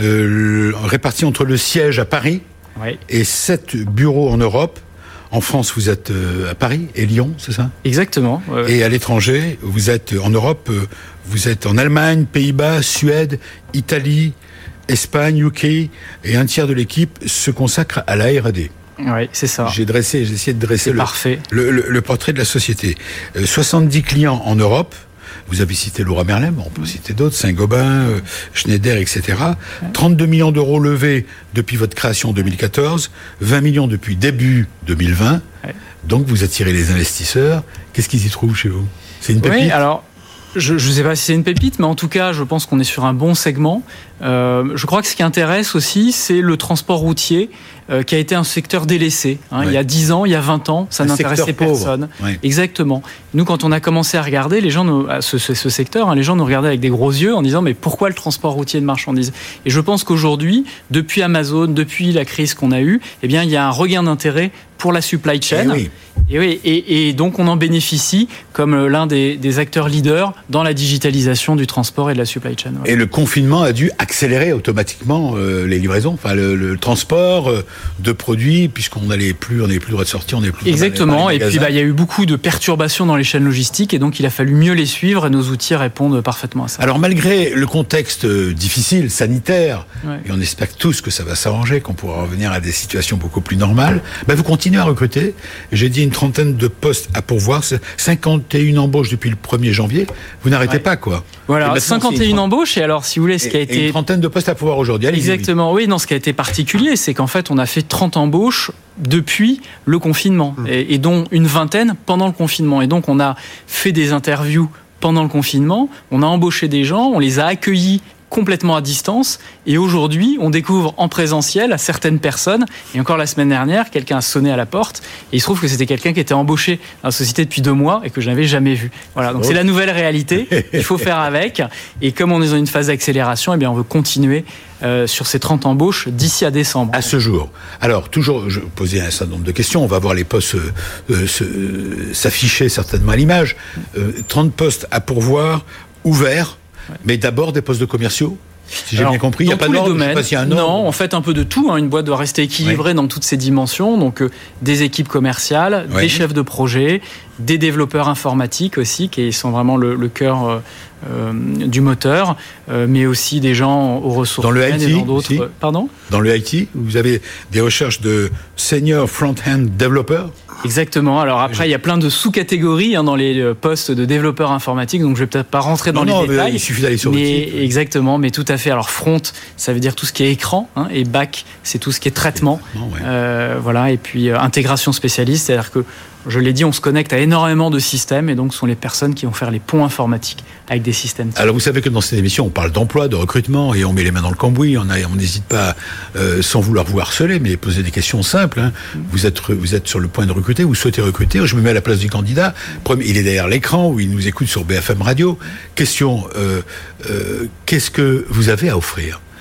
euh, réparties entre le siège à Paris oui. et sept bureaux en Europe. En France, vous êtes à Paris et Lyon, c'est ça? Exactement. Ouais. Et à l'étranger, vous êtes en Europe, vous êtes en Allemagne, Pays-Bas, Suède, Italie, Espagne, U K, et un tiers de l'équipe se consacre à la R et D. Oui, c'est ça. J'ai dressé, j'ai essayé de dresser le, parfait. Le, le, le portrait de la société. Euh, soixante-dix clients en Europe. Vous avez cité Leroy Merlin, on peut citer d'autres, Saint-Gobain, euh, Schneider, et cetera. Ouais. trente-deux millions d'euros levés depuis votre création en deux mille quatorze, vingt millions depuis début deux mille vingt. Ouais. Donc vous attirez les investisseurs. Qu'est-ce qu'ils y trouvent chez vous? C'est une pépite? Oui, alors je ne sais pas si c'est une pépite, mais en tout cas, je pense qu'on est sur un bon segment. Euh, je crois que ce qui intéresse aussi, c'est le transport routier, euh, qui a été un secteur délaissé. Hein, ouais. Il y a dix ans, il y a vingt ans, ça un n'intéressait personne. Ouais. Exactement. Nous, quand on a commencé à regarder, les gens nous, ce, ce, ce secteur, hein, les gens nous regardaient avec des gros yeux en disant mais pourquoi le transport routier de marchandises? Et je pense qu'aujourd'hui, depuis Amazon, depuis la crise qu'on a eue, eh bien, il y a un regain d'intérêt pour la supply chain. Et, oui. Et, oui, et, et donc on en bénéficie comme l'un des, des acteurs leaders dans la digitalisation du transport et de la supply chain. Ouais. Et le confinement a dû accélérer automatiquement euh, les livraisons, enfin le, le transport euh, de produits, puisqu'on n'allait plus, on n'avait plus le droit de sortir, on n'avait plus. Exactement. Et puis bah il y a eu beaucoup de perturbations dans les chaînes logistiques, et donc il a fallu mieux les suivre, et nos outils répondent parfaitement à ça. Alors malgré le contexte difficile, sanitaire, ouais. et on espère tous que ça va s'arranger, qu'on pourra revenir à des situations beaucoup plus normales, bah, vous continuez à recruter. J'ai dit une trentaine de postes à pourvoir, cinquante et une embauches depuis le premier janvier. Vous n'arrêtez ouais. pas, quoi. Voilà, cinquante et une embauches, et alors si vous voulez, ce et, qui a été... Et une trentaine de postes à pourvoir aujourd'hui. Allez-y. Exactement, oui, non, ce qui a été particulier, c'est qu'en fait, on a fait trente embauches depuis le confinement, mmh. et, et dont une vingtaine pendant le confinement. Et donc, on a fait des interviews pendant le confinement, on a embauché des gens, on les a accueillis complètement à distance, et aujourd'hui on découvre en présentiel certaines personnes, et encore la semaine dernière quelqu'un a sonné à la porte et il se trouve que c'était quelqu'un qui était embauché dans la société depuis deux mois et que je n'avais jamais vu. Voilà, donc oh. c'est la nouvelle réalité, il faut faire avec, et comme on est dans une phase d'accélération, eh bien on veut continuer euh, sur ces trente embauches d'ici à décembre. À ce jour. Alors toujours, je posais un certain nombre de questions, on va voir les postes euh, se, euh, s'afficher certainement à l'image, euh, trente postes à pourvoir ouverts. Ouais. Mais d'abord des postes de commerciaux, si j'ai Alors, bien compris. Il n'y a pas de domaines. Si non, on fait un peu de tout. Hein. Une boîte doit rester équilibrée ouais. dans toutes ses dimensions. Donc, euh, des équipes commerciales, ouais. des chefs de projet, des développeurs informatiques aussi, qui sont vraiment le, le cœur euh, euh, du moteur, euh, mais aussi des gens aux ressources dans le I T et dans d'autres. Aussi. Pardon ? Dans le I T, vous avez des recherches de senior front-end développeurs. Exactement. Alors après, il y a plein de sous-catégories hein, dans les postes de développeurs informatiques, donc je vais peut-être pas rentrer dans non, les non, détails. Il suffit d'aller sur mais, le site. Exactement, mais tout à fait. Alors front, ça veut dire tout ce qui est écran, hein, et back, c'est tout ce qui est traitement. Ouais. Euh, voilà. Et puis euh, intégration spécialiste, c'est-à-dire que je l'ai dit, on se connecte à énormément de systèmes, et donc ce sont les personnes qui vont faire les ponts informatiques avec des systèmes. Alors vous savez que dans cette émission, on parle d'emploi, de recrutement, et on met les mains dans le cambouis. On n'hésite pas, euh, sans vouloir vous harceler, mais poser des questions simples. Hein. Mmh. Vous êtes, vous êtes sur le point de recruter, vous souhaitez recruter. Je me mets à la place du candidat. Il est derrière l'écran, ou il nous écoute sur B F M Radio. Question, euh, euh, qu'est-ce que vous avez à offrir ?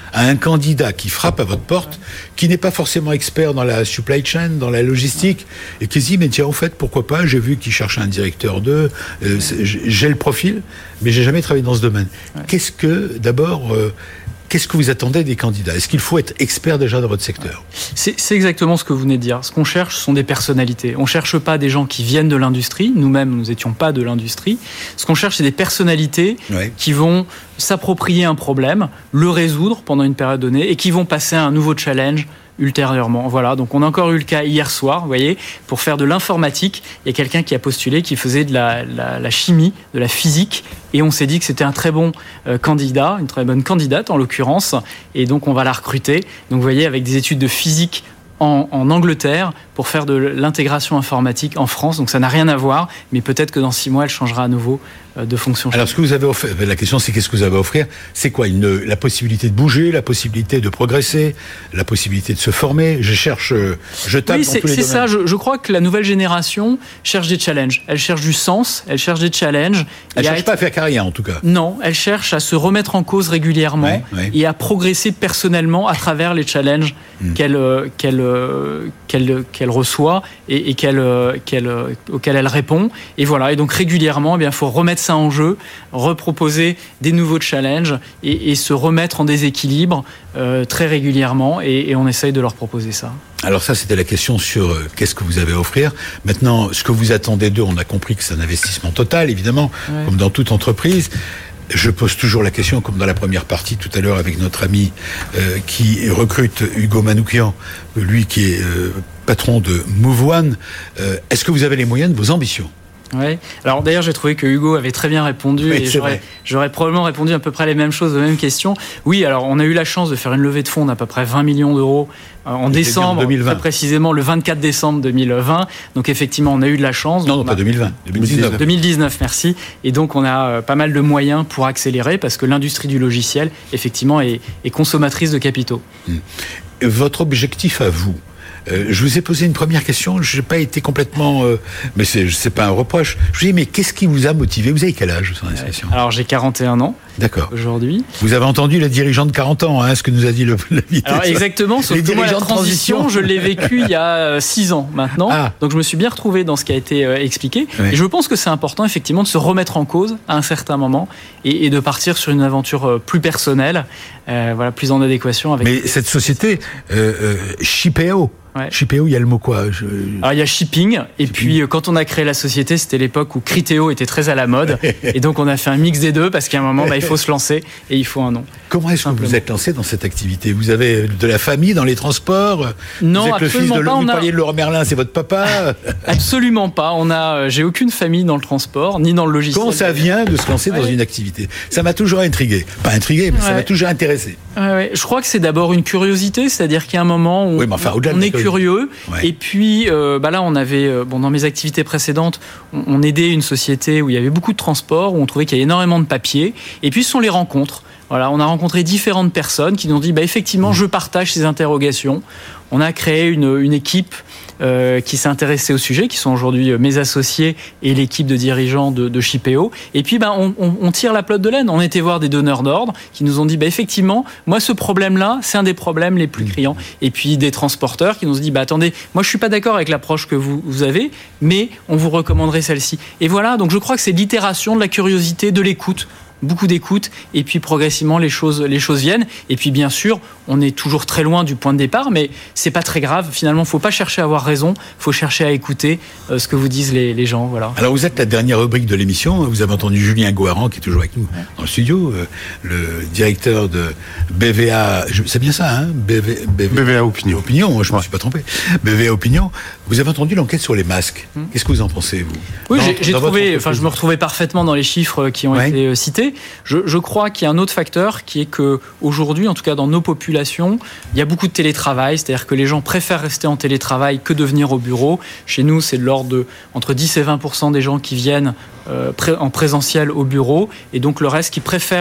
à un candidat qui frappe à votre porte, qui n'est pas forcément expert dans la supply chain, dans la logistique, et qui se dit, mais tiens, en fait, pourquoi pas, j'ai vu qu'il cherche un directeur de, euh, j'ai le profil, mais j'ai jamais travaillé dans ce domaine. Ouais. Qu'est-ce que, d'abord, euh, qu'est-ce que vous attendez des candidats ? Est-ce qu'il faut être expert déjà dans votre secteur ? c'est, c'est exactement ce que vous venez de dire. Ce qu'on cherche, ce sont des personnalités. On ne cherche pas des gens qui viennent de l'industrie. Nous-mêmes, nous n'étions pas de l'industrie. Ce qu'on cherche, c'est des personnalités ouais. qui vont s'approprier un problème, le résoudre pendant une période donnée et qui vont passer à un nouveau challenge ultérieurement. Voilà, donc on a encore eu le cas hier soir, vous voyez, pour faire de l'informatique, il y a quelqu'un qui a postulé qui faisait de la, la, la chimie, de la physique, et on s'est dit que c'était un très bon euh, candidat, une très bonne candidate en l'occurrence, et donc on va la recruter. Donc vous voyez, avec des études de physique en, en Angleterre pour faire de l'intégration informatique en France, donc ça n'a rien à voir, mais peut-être que dans six mois, elle changera à nouveau de fonction. Alors, ce que vous avez offert, la question, c'est qu'est-ce que vous avez à offrir ? C'est quoi une, la possibilité de bouger, la possibilité de progresser, la possibilité de se former ? Je cherche, je tape oui, dans c'est, tous les c'est domaines. ça. Je, je crois que la nouvelle génération cherche des challenges. Elle cherche du sens, elle cherche des challenges. Elle ne cherche être... pas à faire carrière, en tout cas. Non, elle cherche à se remettre en cause régulièrement ouais, ouais. et à progresser personnellement à travers les challenges mmh. qu'elle, qu'elle, qu'elle, qu'elle reçoit et, et qu'elle, qu'elle, auxquels elle répond. Et voilà. Et donc régulièrement, eh bien, il faut remettre ça en jeu, reproposer des nouveaux challenges et, et se remettre en déséquilibre euh, très régulièrement et, et on essaye de leur proposer ça. Alors ça, c'était la question sur euh, qu'est-ce que vous avez à offrir. Maintenant, ce que vous attendez d'eux, on a compris que c'est un investissement total, évidemment, ouais. comme dans toute entreprise. Je pose toujours la question, comme dans la première partie tout à l'heure avec notre ami euh, qui recrute Hugo Manoukian, lui qui est euh, patron de Move One. Euh, est-ce que vous avez les moyens de vos ambitions ? Oui. Alors d'ailleurs, j'ai trouvé que Hugo avait très bien répondu oui, et j'aurais, j'aurais probablement répondu à peu près les mêmes choses, aux mêmes questions. Oui, alors on a eu la chance de faire une levée de fonds d'à peu près vingt millions d'euros euh, en décembre, très précisément le vingt-quatre décembre deux mille vingt. Donc effectivement, on a eu de la chance. Non, non pas a... deux mille vingt, deux mille dix-neuf. deux mille dix-neuf, merci. Et donc on a euh, pas mal de moyens pour accélérer parce que l'industrie du logiciel, effectivement, est, est consommatrice de capitaux. Hum. Votre objectif à vous ? Euh, je vous ai posé une première question, je n'ai pas été complètement... Euh, mais c'est, c'est pas un reproche. Je vous ai dit, mais qu'est-ce qui vous a motivé ? Vous avez quel âge, sans indiscrétion ? Alors, j'ai quarante et un ans. D'accord. Aujourd'hui. Vous avez entendu le dirigeant de quarante ans, hein, ce que nous a dit le, le vitesse. Alors, exactement, sauf que moi, la transition, je l'ai vécu il y a six ans maintenant. Ah. Donc, je me suis bien retrouvé dans ce qui a été euh, expliqué. Oui. Et je pense que c'est important, effectivement, de se remettre en cause à un certain moment et, et de partir sur une aventure euh, plus personnelle, euh, voilà, plus en adéquation avec... Mais cette société, euh, euh, Shipeo, Ouais. Shipeo, il y a le mot quoi je... Alors il y a shipping, et shipping. Puis quand on a créé la société, c'était l'époque où Criteo était très à la mode, et donc on a fait un mix des deux parce qu'à un moment, bah, il faut se lancer et il faut un nom. Comment est-ce Simplement. que vous êtes lancé dans cette activité ? Vous avez de la famille dans les transports ? Non, vous êtes absolument le fils de pas. Vous on parliez a... de Laurent Merlin, c'est votre papa ? Absolument pas. On a, j'ai aucune famille dans le transport ni dans le logiciel. Comment ça vient de se lancer ouais. dans une activité ? Ça m'a toujours intrigué. Pas intrigué, mais ouais. ça m'a toujours intéressé. Ouais, ouais. Je crois que c'est d'abord une curiosité, c'est-à-dire qu'il y a un moment où oui, mais enfin, on est curieux. Ouais. Et puis, euh, bah là, on avait, euh, bon, dans mes activités précédentes, on, on aidait une société où il y avait beaucoup de transport, où on trouvait qu'il y avait énormément de papier. Et puis, ce sont les rencontres. Voilà, on a rencontré différentes personnes qui nous ont dit, bah, effectivement, je partage ces interrogations. On a créé une, une équipe euh, qui s'est intéressée au sujet, qui sont aujourd'hui mes associés et l'équipe de dirigeants de, de Shipeo. Et puis, bah, on, on, on tire la pelote de laine. On était voir des donneurs d'ordre qui nous ont dit, bah, effectivement, moi, ce problème-là, c'est un des problèmes les plus criants. Et puis, des transporteurs qui nous ont dit, bah, attendez, moi, je suis pas d'accord avec l'approche que vous, vous avez, mais on vous recommanderait celle-ci. Et voilà, donc je crois que c'est l'itération de la curiosité, de l'écoute. Beaucoup d'écoute, et puis progressivement les choses, les choses viennent. Et puis bien sûr, on est toujours très loin du point de départ, mais c'est pas très grave. Finalement, faut pas chercher à avoir raison, faut chercher à écouter euh, ce que vous disent les, les gens. Voilà. Alors vous êtes la dernière rubrique de l'émission. Vous avez entendu Julien Goharan qui est toujours avec nous ouais. dans le studio, euh, le directeur de B V A. C'est bien ça, hein B V, B V, B V A Opinion. Opinion. Moi, je ouais. me suis pas trompé. B V A Opinion. Vous avez entendu l'enquête sur les masques. Hum. Qu'est-ce que vous en pensez, vous ? Oui, dans, j'ai, j'ai trouvé. Enfin, je me retrouvais parfaitement dans les chiffres qui ont ouais. été euh, cités. Je, je crois qu'il y a un autre facteur qui est que aujourd'hui, en tout cas dans nos populations, il y a beaucoup de télétravail, c'est-à-dire que les gens préfèrent rester en télétravail que de venir au bureau. Chez nous, c'est de l'ordre de entre dix et vingt pour cent des gens qui viennent euh, pré- en présentiel au bureau, et donc le reste qui préfèrent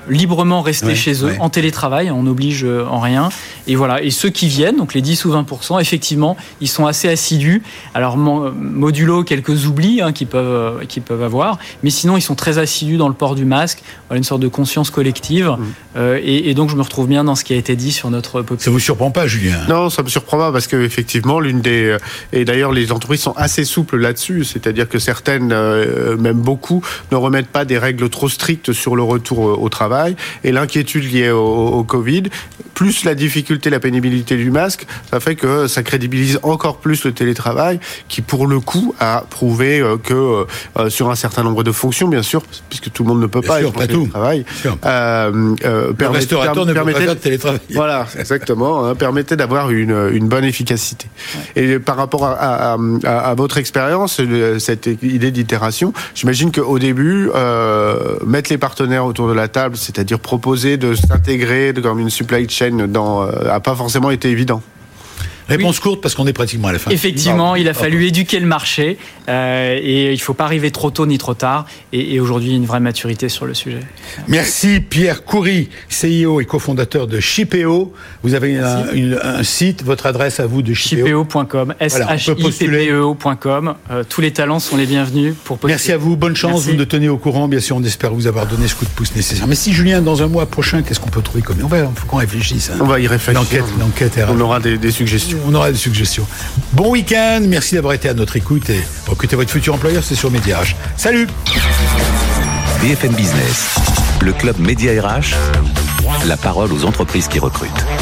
librement rester Ouais, chez eux, ouais. en télétravail, on n'oblige en rien. Et voilà. Et ceux qui viennent, donc les dix ou vingt pour cent, effectivement, ils sont assez assidus. Alors, modulo quelques oublis hein, qu'ils peuvent, qu'ils peuvent avoir, mais sinon, ils sont très assidus dans le port du masque. Voilà, une sorte de conscience collective. Mmh. Euh, et, et donc, je me retrouve bien dans ce qui a été dit sur notre population. Ça vous surprend pas, Julien? Non, ça me surprend pas parce que effectivement, l'une des et d'ailleurs les entreprises sont assez souples là-dessus, c'est-à-dire que certaines, euh, même beaucoup, ne remettent pas des règles trop strictes sur le retour au, au travail. Et l'inquiétude liée au, au Covid, plus la difficulté, la pénibilité du masque, ça fait que ça crédibilise encore plus le télétravail, qui pour le coup a prouvé que euh, sur un certain nombre de fonctions, bien sûr, puisque tout le monde ne peut bien pas sûr, être pas en télétravail. Euh, euh, le restaurateur ne peut pas faire de télétravail. Voilà, exactement. Hein, permettait d'avoir une, une bonne efficacité. Ouais. Et par rapport à, à, à, à votre expérience, cette idée d'itération, j'imagine qu'au début, euh, mettre les partenaires autour de la table, c'est-à-dire proposer de s'intégrer comme une supply chain, dans, euh, a pas forcément été évident. Réponse oui. courte parce qu'on est pratiquement à la fin. Effectivement, Pardon. il a fallu Pardon. éduquer le marché euh, et il ne faut pas arriver trop tôt ni trop tard. Et, et aujourd'hui, une vraie maturité sur le sujet. Merci Pierre Coury, C E O et cofondateur de Shipeo. Vous avez un, une, un site, votre adresse à vous de Shipeo. Shipeo point com, S H I P P E O point com. Euh, tous les talents sont les bienvenus pour postuler. Merci à vous, bonne chance, Merci. Vous nous tenez au courant. Bien sûr, on espère vous avoir donné ce coup de pouce nécessaire. Mais si Julien, dans un mois prochain, qu'est-ce qu'on peut trouver comme... On va, faut qu'on réfléchisse. Hein. On va y réfléchir. L'enquête, l'enquête on aura des, des suggestions. On aura des suggestions. Bon week-end, merci d'avoir été à notre écoute et recrutez votre futur employeur, c'est sur Média R H. Salut. B F M Business, le club Média R H, la parole aux entreprises qui recrutent.